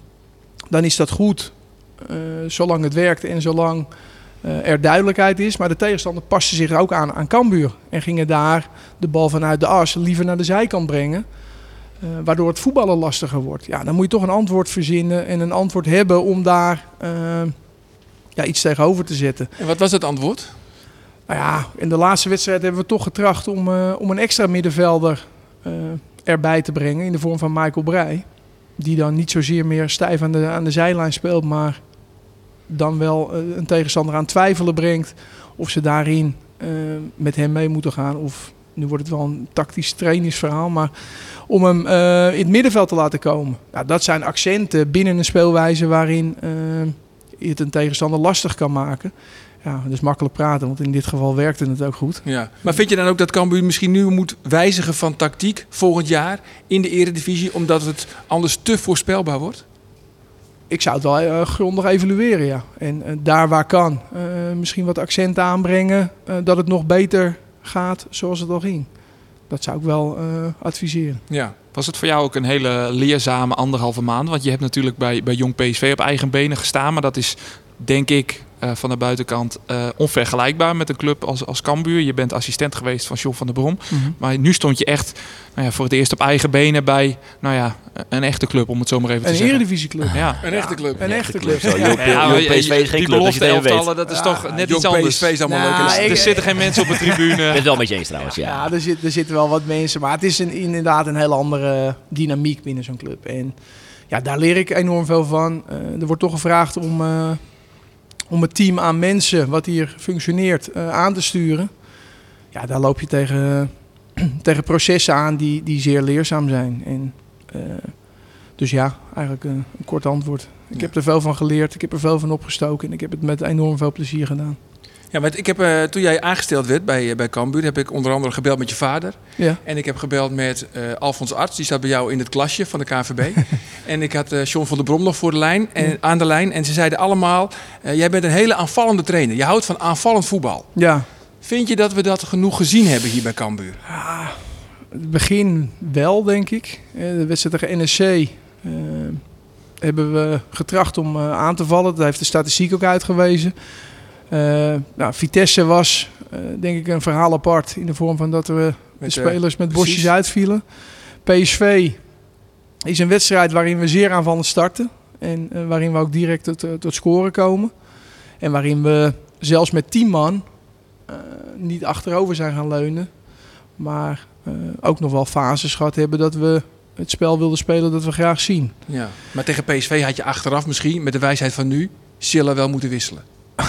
dan is dat goed. Uh, zolang het werkt en zolang uh, er duidelijkheid is. Maar de tegenstander paste zich ook aan aan Cambuur. En gingen daar de bal vanuit de as liever naar de zijkant brengen. Uh, waardoor het voetballen lastiger wordt. Ja, dan moet je toch een antwoord verzinnen en een antwoord hebben om daar uh, ja, iets tegenover te zetten. En wat was het antwoord? Nou ja, in de laatste wedstrijd hebben we toch getracht om, uh, om een extra middenvelder uh, erbij te brengen. In de vorm van Michael Breij. Die dan niet zozeer meer stijf aan de, aan de zijlijn speelt, maar dan wel uh, een tegenstander aan twijfelen brengt. Of ze daarin uh, met hem mee moeten gaan. Of nu wordt het wel een tactisch trainingsverhaal. Maar om hem uh, in het middenveld te laten komen. Nou, dat zijn accenten binnen een speelwijze waarin uh, het een tegenstander lastig kan maken. Ja, dat is makkelijk praten, want in dit geval werkte het ook goed. Ja. Maar vind je dan ook dat Cambuur misschien nu moet wijzigen van tactiek volgend jaar in de Eredivisie, omdat het anders te voorspelbaar wordt? Ik zou het wel uh, grondig evalueren, ja. En uh, daar waar kan, uh, misschien wat accenten aanbrengen, uh, dat het nog beter gaat zoals het al ging. Dat zou ik wel uh, adviseren. Ja. Was het voor jou ook een hele leerzame anderhalve maand? Want je hebt natuurlijk bij, bij Jong P S V op eigen benen gestaan, maar dat is denk ik, uh, van de buitenkant uh, onvergelijkbaar met een club als, als Cambuur. Je bent assistent geweest van John van der Brom. Mm-hmm. Maar nu stond je echt nou ja, voor het eerst op eigen benen bij nou ja, een echte club, om het zo maar even te een zeggen. Een eredivisieclub. Ja. Een echte club. Een echte club. Zo, Jong ja, P S V is geen die club, dat je het even weet. dat is ja, toch net Jong iets anders. P S V is allemaal nou, leuk. ik, Er zitten geen mensen op de tribune. Ik ben het wel met je eens trouwens, ja. Ja, er, zit, er zitten wel wat mensen. Maar het is een, inderdaad een hele andere dynamiek binnen zo'n club. En ja, daar leer ik enorm veel van. Uh, er wordt toch gevraagd om, uh, om het team aan mensen wat hier functioneert uh, aan te sturen. Ja, daar loop je tegen, uh, tegen processen aan die, die zeer leerzaam zijn. En, uh, dus ja, eigenlijk uh, een kort antwoord. Ik ja. heb er veel van geleerd, ik heb er veel van opgestoken en ik heb het met enorm veel plezier gedaan. Ja, maar ik heb, uh, toen jij aangesteld werd bij, uh, bij Cambuur, heb ik onder andere gebeld met je vader. Ja. En ik heb gebeld met uh, Alfons Arts, die staat bij jou in het klasje van de K N V B. En ik had uh, John van der Brom nog voor de lijn en, ja. aan de lijn. En ze zeiden allemaal, uh, jij bent een hele aanvallende trainer. Je houdt van aanvallend voetbal. Ja. Vind je dat we dat genoeg gezien hebben hier bij Cambuur? Ja, het begin wel, denk ik. De wedstrijd tegen N E C uh, hebben we getracht om uh, aan te vallen. Dat heeft de statistiek ook uitgewezen. Uh, nou, Vitesse was, uh, denk ik, een verhaal apart. In de vorm van dat we met de spelers met bosjes precies. uitvielen. P S V is een wedstrijd waarin we zeer aanvallend starten. En uh, waarin we ook direct tot, uh, tot scoren komen. En waarin we zelfs met tien man uh, niet achterover zijn gaan leunen. Maar uh, ook nog wel fases gehad hebben dat we het spel wilden spelen dat we graag zien. Ja, maar tegen P S V had je achteraf misschien, met de wijsheid van nu, Silla wel moeten wisselen.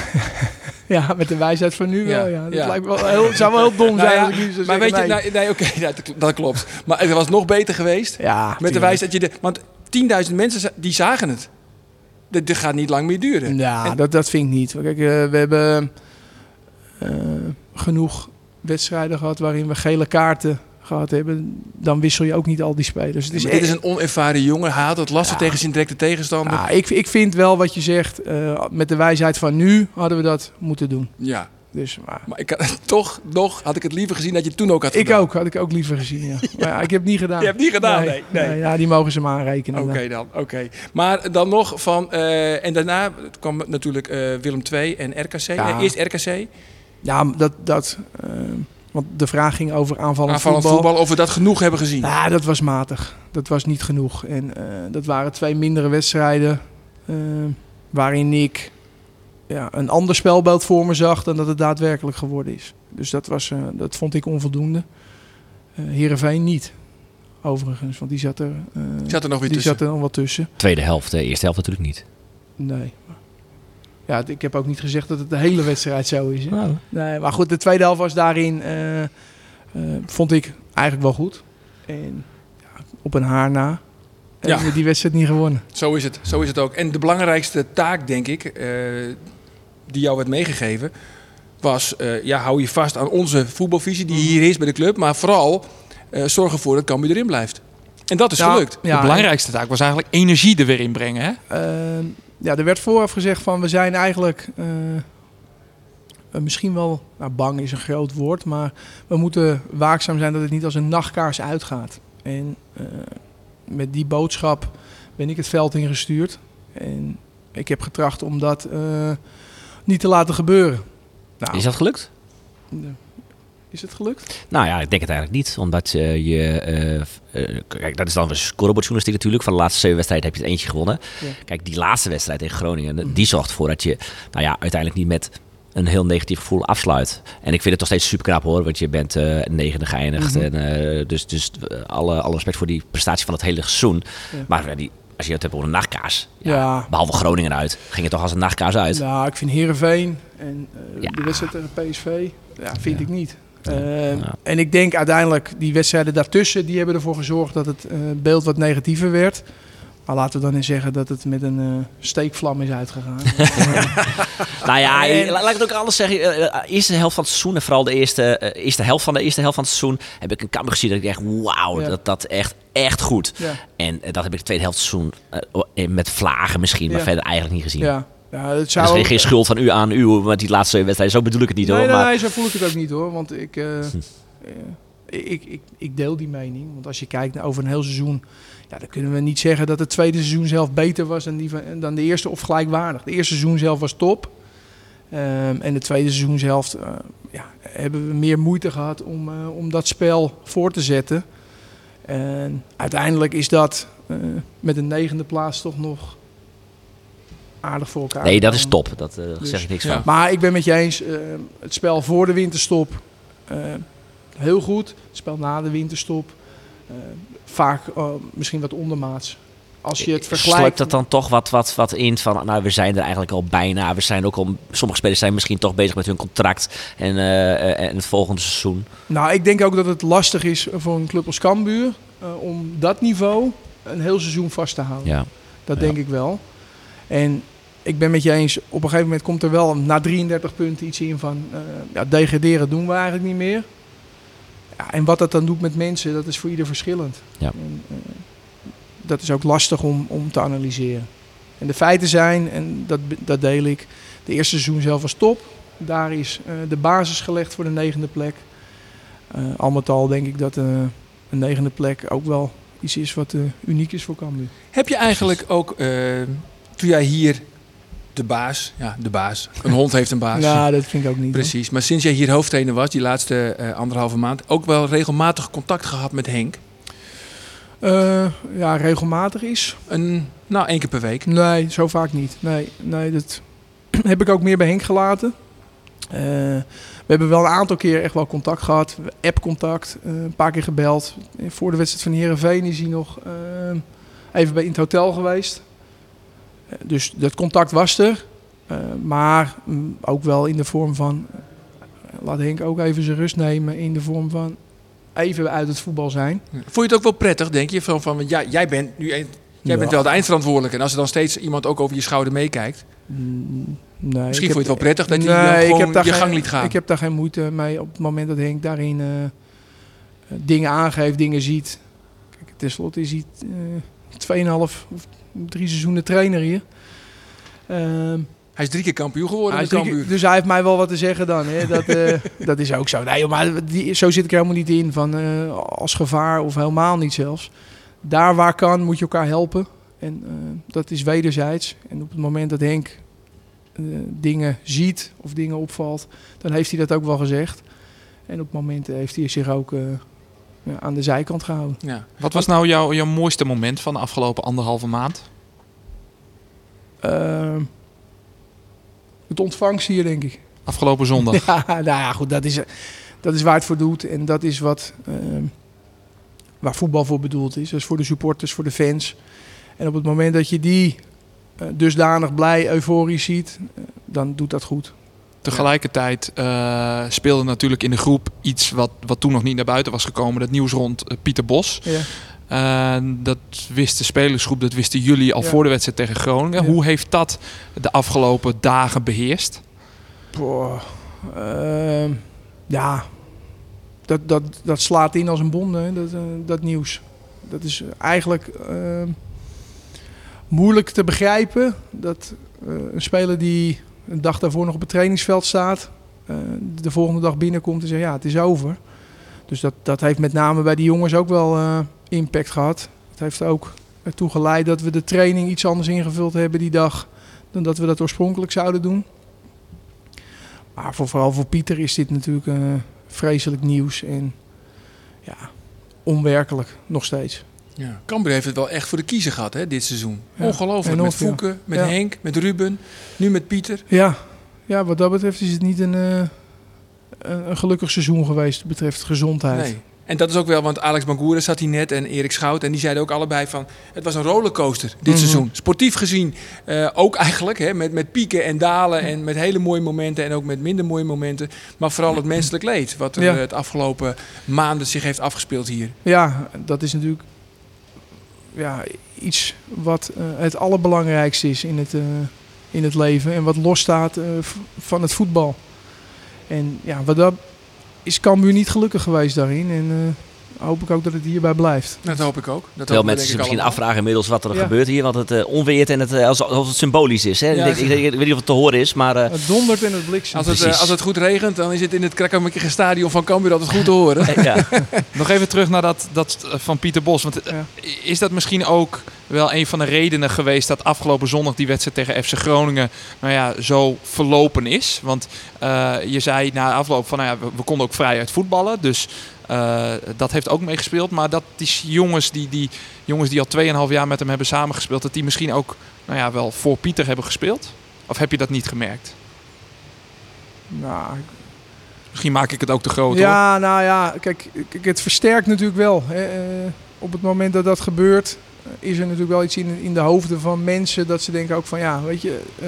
Ja, met de wijsheid van nu wel. Ja. Ja. Dat ja. lijkt wel heel, zou wel heel dom nou zijn ja, als ik nu zou maar zeggen. weet je, nee, nee, nee oké, okay, dat, dat klopt. Maar het was nog beter geweest. Ja, met tuurlijk. de wijsheid dat je de, want tienduizend mensen die zagen het. Dat, dat gaat niet lang meer duren. Ja, en, dat, dat vind ik niet. Kijk, uh, we hebben uh, genoeg wedstrijden gehad waarin we gele kaarten gehad hebben. Dan wissel je ook niet al die spelers. Het is dit is een onervaren jongen. Hij had het lastig ja. tegen zijn directe tegenstander. Ja, ik, ik vind wel wat je zegt. Uh, met de wijsheid van nu hadden we dat moeten doen. Ja. Dus, maar maar ik had, toch nog had ik het liever gezien dat je het toen ook had ik gedaan. Ik ook, had ik ook liever gezien. Ja. ja. Maar ja, ik heb het niet gedaan. Je hebt het niet gedaan, nee. nee, nee. nee ja, die mogen ze maar aanrekenen. Oké okay, dan, oké. Okay. Maar dan nog van... Uh, en daarna kwam natuurlijk uh, Willem twee en R K C. Ja. Uh, eerst R K C. Ja, dat... dat uh, want de vraag ging over aanvallend, aanvallend voetbal. voetbal. Of we dat genoeg hebben gezien. Ja, dat was matig. Dat was niet genoeg. En uh, dat waren twee mindere wedstrijden. Uh, waarin ik ja, een ander spelbeeld voor me zag dan dat het daadwerkelijk geworden is. Dus dat, was, uh, dat vond ik onvoldoende. Uh, Heerenveen niet. Overigens, want die zat er, uh, die zat er nog weer die tussen. Zat er nog wat tussen. Tweede helft, de eerste helft natuurlijk niet. Nee. Ja, ik heb ook niet gezegd dat het de hele wedstrijd zo is. Hè? Oh. Nee, maar goed, de tweede helft was daarin, uh, uh, vond ik eigenlijk wel goed. En ja, op een haar na. En ja. die wedstrijd niet gewonnen. Zo is het, zo is het ook. En de belangrijkste taak, denk ik, uh, die jou werd meegegeven, was, uh, ja, hou je vast aan onze voetbalvisie die hier is bij de club. Maar vooral, uh, zorg ervoor dat Cambuur erin blijft. En dat is ja, gelukt. Ja, de belangrijkste taak was eigenlijk energie er weer in brengen, hè? Uh, Ja, er werd vooraf gezegd van we zijn eigenlijk uh, uh, misschien wel, nou, bang is een groot woord, maar we moeten waakzaam zijn dat het niet als een nachtkaars uitgaat. En uh, met die boodschap ben ik het veld ingestuurd. En ik heb getracht om dat uh, niet te laten gebeuren. Nou, is dat gelukt? Uh, Is het gelukt? Nou ja, ik denk het eigenlijk niet. Omdat uh, je... Uh, uh, kijk, dat is dan weer scorebordjournalistiek natuurlijk. Van de laatste zeven wedstrijden heb je het eentje gewonnen. Ja. Kijk, die laatste wedstrijd tegen Groningen, mm. die zorgt ervoor dat je nou ja, uiteindelijk niet met een heel negatief gevoel afsluit. En ik vind het nog steeds super knap hoor, want je bent uh, negende geëindigd. Mm-hmm. En, uh, dus dus uh, alle, alle respect voor die prestatie van het hele seizoen. Ja. Maar uh, die, als je het hebt over een nachtkaars, ja, ja. behalve Groningen uit, ging het toch als een nachtkaars uit? Ja, ik vind Heerenveen en uh, ja. de wedstrijd tegen P S V, ja, vind ja. ik niet. Uh, ja. En ik denk uiteindelijk die wedstrijden daartussen, die hebben ervoor gezorgd dat het uh, beeld wat negatiever werd. Maar laten we dan eens zeggen dat het met een uh, steekvlam is uitgegaan. Nou ja, en... laat ik het ook anders zeggen. De eerste helft van het seizoen en vooral de eerste, uh, eerste helft van de eerste helft van het seizoen heb ik een Cambuur gezien dat ik echt wauw, ja. dat dat echt echt goed. Ja. En uh, dat heb ik de tweede helft seizoen uh, met vlagen misschien, maar ja. verder eigenlijk niet gezien. Ja. Ja, het zou dat is ook... geen schuld van u aan u met die laatste wedstrijd. Zo bedoel ik het niet nee, hoor. Nee, maar... nee, zo voel ik het ook niet hoor. Want ik, uh, hm. uh, ik, ik, ik deel die mening. Want als je kijkt naar over een heel seizoen, ja, dan kunnen we niet zeggen dat het tweede seizoen zelf beter was dan, die van, dan de eerste of gelijkwaardig. De eerste seizoen zelf was top. Um, en de tweede seizoen zelf uh, ja, hebben we meer moeite gehad om, uh, om dat spel voor te zetten. En uiteindelijk is dat uh, met een negende plaats toch nog aardig voor elkaar. Nee, dat is top. Dat uh, Dus, zeg ik niks ja. van. Maar ik ben met je eens, uh, het spel voor de winterstop uh, heel goed. Het spel na de winterstop uh, vaak uh, misschien wat ondermaats. Als je het vergelijkt... Sluipt dat dan toch wat, wat, wat in van, nou, we zijn er eigenlijk al bijna. We zijn ook al, sommige spelers zijn misschien toch bezig met hun contract en, uh, en het volgende seizoen. Nou, ik denk ook dat het lastig is voor een club als Cambuur uh, om dat niveau een heel seizoen vast te houden. Ja. Dat Ja. denk ik wel. En ik ben met je eens, op een gegeven moment komt er wel na drieëndertig punten iets in van uh, ja, degraderen doen we eigenlijk niet meer. Ja, en wat dat dan doet met mensen, dat is voor ieder verschillend. Ja. En, uh, dat is ook lastig om, om te analyseren. En de feiten zijn, en dat, dat deel ik, de eerste seizoen zelf was top. Daar is uh, de basis gelegd voor de negende plek. Uh, al met al denk ik dat uh, een negende plek ook wel iets is wat uh, uniek is voor Cambuur. Heb je eigenlijk ook, uh, toen jij hier de baas, ja de baas, een hond heeft een baas. Nou, dat vind ik ook niet. Precies, maar sinds jij hier hoofdtrainer was, die laatste uh, anderhalve maand, ook wel regelmatig contact gehad met Henk? Uh, ja, regelmatig is. Een, nou, één keer per week. Nee, zo vaak niet. Nee, nee dat heb ik ook meer bij Henk gelaten. Uh, we hebben wel een aantal keer echt wel contact gehad. App-contact, uh, een paar keer gebeld. Voor de wedstrijd van Heerenveen is hij nog uh, even bij in het hotel geweest. Uh, dus dat contact was er. Uh, maar um, ook wel in de vorm van... Uh, laat Henk ook even zijn rust nemen. In de vorm van even uit het voetbal zijn. Vond je het ook wel prettig, denk je? Van, van, ja, jij bent nu een, jij Ja. bent wel de eindverantwoordelijke. En als er dan steeds iemand ook over je schouder meekijkt. Mm, Nee, Misschien ik vond je het heb- wel prettig dat nee, hij jou ik gewoon heb daar je geen- gang liet gaan. Ik heb daar geen moeite mee op het moment dat Henk daarin uh, dingen aangeeft, dingen ziet. Kijk, tenslotte is hij uh, tweeënhalf of drie seizoenen trainer hier. Ehm, Hij is drie keer kampioen geworden hij met is drie Cambuur. keer- dus hij heeft mij wel wat te zeggen dan. Hè? Dat, uh, dat is ook zo. Nee, joh, maar die, zo zit ik er helemaal niet in van uh, als gevaar of helemaal niet zelfs. Daar waar kan moet je elkaar helpen. En uh, dat is wederzijds. En op het moment dat Henk uh, dingen ziet of dingen opvalt, dan heeft hij dat ook wel gezegd. En op momenten heeft hij zich ook uh, ja, aan de zijkant gehouden. Ja. Wat was nou jouw, jouw mooiste moment van de afgelopen anderhalve maand? Uh, het ontvangst hier, denk ik. Afgelopen zondag. Ja, nou ja, goed, dat is, dat is waar het voor doet. En dat is wat, uh, waar voetbal voor bedoeld is. Dat is voor de supporters, voor de fans. En op het moment dat je die uh, dusdanig blij, euforisch ziet, uh, dan doet dat goed. Tegelijkertijd uh, speelde natuurlijk in de groep iets wat, wat toen nog niet naar buiten was gekomen. Dat nieuws rond uh, Pieter Bos. Ja. Uh, dat wist de spelersgroep, dat wisten jullie al Ja. voor de wedstrijd tegen Groningen. Ja. Hoe heeft dat de afgelopen dagen beheerst? Boah, uh, ja, dat, dat, dat slaat in als een bom, hè, dat, uh, dat nieuws. Dat is eigenlijk uh, moeilijk te begrijpen. Dat uh, een speler die een dag daarvoor nog op het trainingsveld staat, uh, de volgende dag binnenkomt en zegt ja, het is over. Dus dat, dat heeft met name bij die jongens ook wel uh, impact gehad. Het heeft ook ertoe geleid dat we de training iets anders ingevuld hebben die dag dan dat we dat oorspronkelijk zouden doen. Maar voor, vooral voor Pieter is dit natuurlijk uh, vreselijk nieuws en ja, onwerkelijk nog steeds. Ja. Cambuur heeft het wel echt voor de kiezer gehad, hè, dit seizoen. Ja. Ongelooflijk. Enorm, Met Fouke, met Ja. Henk, met Ruben, nu met Pieter. Ja, ja, wat dat betreft is het niet een, uh, een, een gelukkig seizoen geweest betreft gezondheid. Nee. En dat is ook wel, want Alex Bangoura zat hier net en Erik Schout. En die zeiden ook allebei van, het was een rollercoaster dit Mhm. seizoen. Sportief gezien uh, ook eigenlijk, hè, met, met pieken en dalen. En met hele mooie momenten en ook met minder mooie momenten. Maar vooral het menselijk leed, wat er Ja. uh, het afgelopen maanden zich heeft afgespeeld hier. Ja, dat is natuurlijk ja, iets wat uh, het allerbelangrijkste is in het, uh, in het leven. En wat losstaat uh, v- van het voetbal. En ja, wat dat is Cambuur niet gelukkig geweest daarin. En uh, hoop ik ook dat het hierbij blijft. Dat hoop ik ook. Dat Terwijl hopen we, mensen denk zich ik, misschien allemaal. afvragen inmiddels wat er Ja. gebeurt hier. Want het uh, onweert en het, uh, als, als het symbolisch is. Hè? Ja. Ik, denk- ik, ik weet niet of het te horen is, maar... Uh, Het dondert en het bliksem. Als het, eh, Precies. als het goed regent, dan is het in het Krakkemikkige stadion van Cambuur altijd goed te horen. ja. Nog even terug naar dat, dat van Pieter Bos. Want eh, Ja. is dat misschien ook wel een van de redenen geweest dat afgelopen zondag die wedstrijd tegen F C Groningen nou ja, zo verlopen is? Want uh, je zei na afloop van nou ja, we, we konden ook vrij uit voetballen. Dus uh, dat heeft ook meegespeeld. Maar dat die jongens die, die jongens die al tweeënhalf jaar met hem hebben samengespeeld, dat die misschien ook nou ja, wel voor Pieter hebben gespeeld? Of heb je dat niet gemerkt? Nou, Misschien maak ik het ook te groot hoor. ja, nou ja, kijk, kijk, het versterkt natuurlijk wel. Hè. Uh, op het moment dat dat gebeurt, uh, is er natuurlijk wel iets in, in de hoofden van mensen dat ze denken ook van ja, weet je, uh,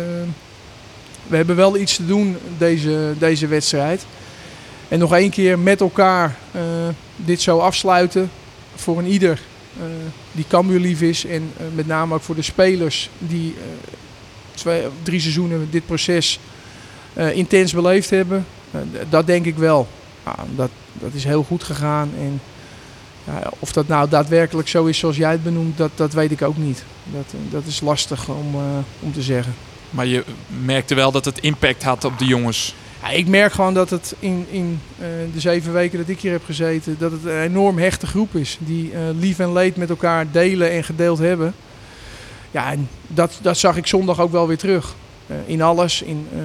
we hebben wel iets te doen deze, deze wedstrijd. En nog één keer met elkaar uh, dit zo afsluiten voor een ieder uh, die Cambuur lief is. En uh, met name ook voor de spelers die uh, twee, drie seizoenen dit proces uh, intens beleefd hebben. Uh, d- dat denk ik wel. Ja, dat, dat is heel goed gegaan. En ja, of dat nou daadwerkelijk zo is zoals jij het benoemt, dat, dat weet ik ook niet. Dat, uh, dat is lastig om, uh, om te zeggen. Maar je merkte wel dat het impact had op de jongens. Ja, ik merk gewoon dat het in, in uh, de zeven weken dat ik hier heb gezeten, dat het een enorm hechte groep is. Die uh, lief en leed met elkaar delen en gedeeld hebben. Ja, en dat, dat zag ik zondag ook wel weer terug. Uh, in alles. In uh,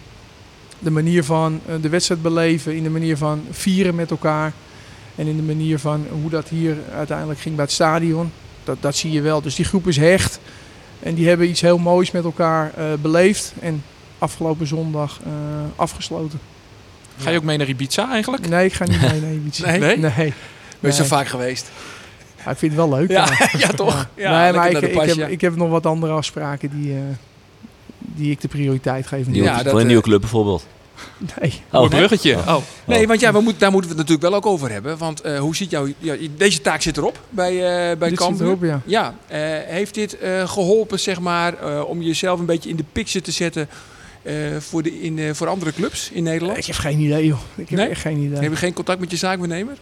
de manier van uh, de wedstrijd beleven. In de manier van vieren met elkaar. En in de manier van hoe dat hier uiteindelijk ging bij het stadion. Dat, dat zie je wel. Dus die groep is hecht. En die hebben iets heel moois met elkaar uh, beleefd. En afgelopen zondag uh, afgesloten. Ga je ook mee naar Ibiza eigenlijk? Nee, ik ga niet mee naar Ibiza. Nee? Nee? Nee. Ben je zo Nee. vaak geweest? Ja, ik vind het wel leuk. Ja, maar- ja toch? Ja. Ja, nee, maar ik, lekker naar de ik, heb, Pasja. ik heb nog wat andere afspraken die, uh, die ik de prioriteit geef. Nieuwe, Ja, dat, voor een uh, nieuwe club bijvoorbeeld. Nee. Mooi Oh, bruggetje. Oh. Nee, want ja, we moet, daar moeten we het natuurlijk wel ook over hebben. Want uh, hoe ziet jouw... Ja, deze taak zit erop bij, uh, bij Dit Cambuur. zit erop, ja. Ja, uh, heeft dit uh, geholpen, zeg maar, uh, om jezelf een beetje in de picture te zetten uh, voor, de, in, uh, voor andere clubs in Nederland? Ik heb geen idee, joh. Ik heb Nee? echt geen idee. Heb je geen contact met je zaakwaarnemer?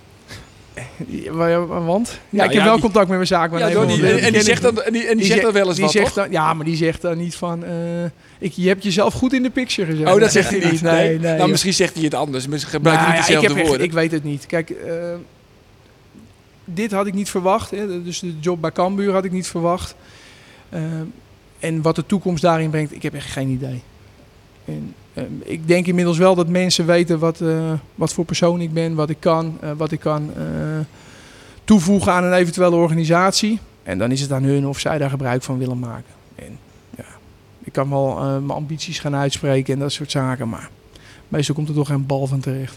Ja, maar- want? Ja, Ja, ik heb ja, wel die- contact met mijn Ja, zaakwaarnemer. door die, want en, die en die ken ik zegt niet. dan, en die, en die zegt zegt- dan wel eens die wat, zegt toch? dan, ja, maar die zegt dan niet van... Uh, ik, je hebt jezelf goed in de picture gezet. Oh, dat zegt hij niet. Nee, nee. nou, joh. misschien zegt hij het anders. Misschien gebruikt Nou hij niet ja, ik, dezelfde heb echt- woorden. ik weet het niet. Kijk, uh, dit had ik niet verwacht. Hè. Dus de job bij Cambuur had ik niet verwacht. Uh, en wat de toekomst daarin brengt, ik heb echt geen idee. En, uh, ik denk inmiddels wel dat mensen weten wat, uh, wat voor persoon ik ben, wat ik kan, uh, wat ik kan uh, toevoegen aan een eventuele organisatie. En dan is het aan hun of zij daar gebruik van willen maken. En, ja, ik kan wel uh, mijn ambities gaan uitspreken en dat soort zaken, maar meestal komt er toch geen bal van terecht.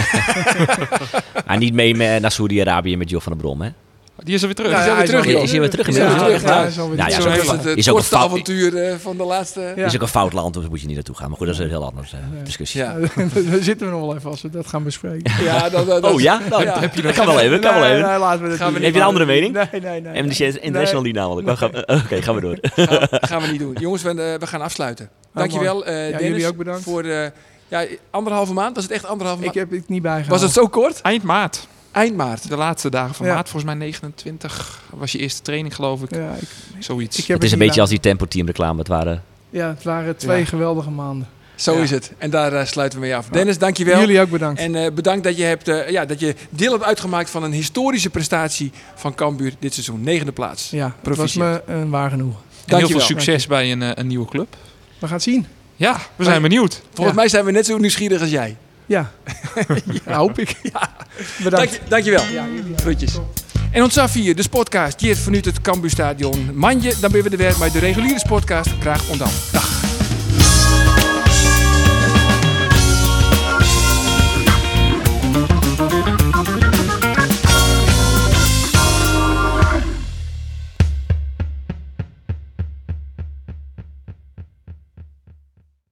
Ah, niet mee met, naar Saudi-Arabië met Job van der Brom, hè? Die is er weer terug. Ja, Die is ja, er weer hij terug, is joh. Is hij weer terug? Is inmiddels? hij weer terug? Ja, Ja. is alweer Nou ja, terug. Zo is ook heeft een- het, is het ook een kortste fout- avontuur uh, van de laatste... Ja. Is ook een fout land, dus moet je niet naartoe gaan. Maar goed, dat is een heel andere uh, discussie. Ja. Daar zitten we nog wel even als we dat gaan bespreken. Ja, dat, dat, dat- Oh ja? Nou, Ja. heb je dat kan wel even, kan wel even. Nee, laten we dat Gaan we niet. niet- Heb je een andere mening? Nee, nee, nee. Amnesty International niet namelijk. Maar gaan- uh, Oké, gaan we door. gaan, gaan we niet doen. Jongens, we, uh, we gaan afsluiten. Dankjewel, uh, jullie Dennis. ook bedankt. Voor uh, ja, anderhalve maand. Was het echt anderhalve Ik maand? heb het niet bijgehouden. Was het zo kort? Eind maart. Eind maart. De laatste dagen van Ja. maart. Volgens mij negenentwintig was je eerste training, geloof ik. Ja, ik, Zoiets. ik heb Het is een niet beetje als die Tempo Team reclame. Het waren... bij- Ja, het waren twee Ja. geweldige maanden. Zo Ja. is het. En daar uh, sluiten we mee af. Dennis, dankjewel. Jullie ook bedankt. En uh, bedankt dat je, hebt, uh, ja, dat je deel hebt uitgemaakt van een historische prestatie van Cambuur dit seizoen. Negende plaats. ja, het was proficiat. me een waar genoeg. En heel Dankjewel. veel succes bij een, uh, een nieuwe club. We gaan het zien. Ja, we zijn benieuwd. Volgens Ja. mij zijn we net zo nieuwsgierig als jij. Ja, ja hoop ik. Bedankt. Dank, dankjewel. Ja, jullie ook. Groetjes. En ons af hier, de sportcast. Hier vanuit het Cambuurstadion. Manje, dan ben we er weer bij de reguliere sportcast. Graag ontdaan. Dag.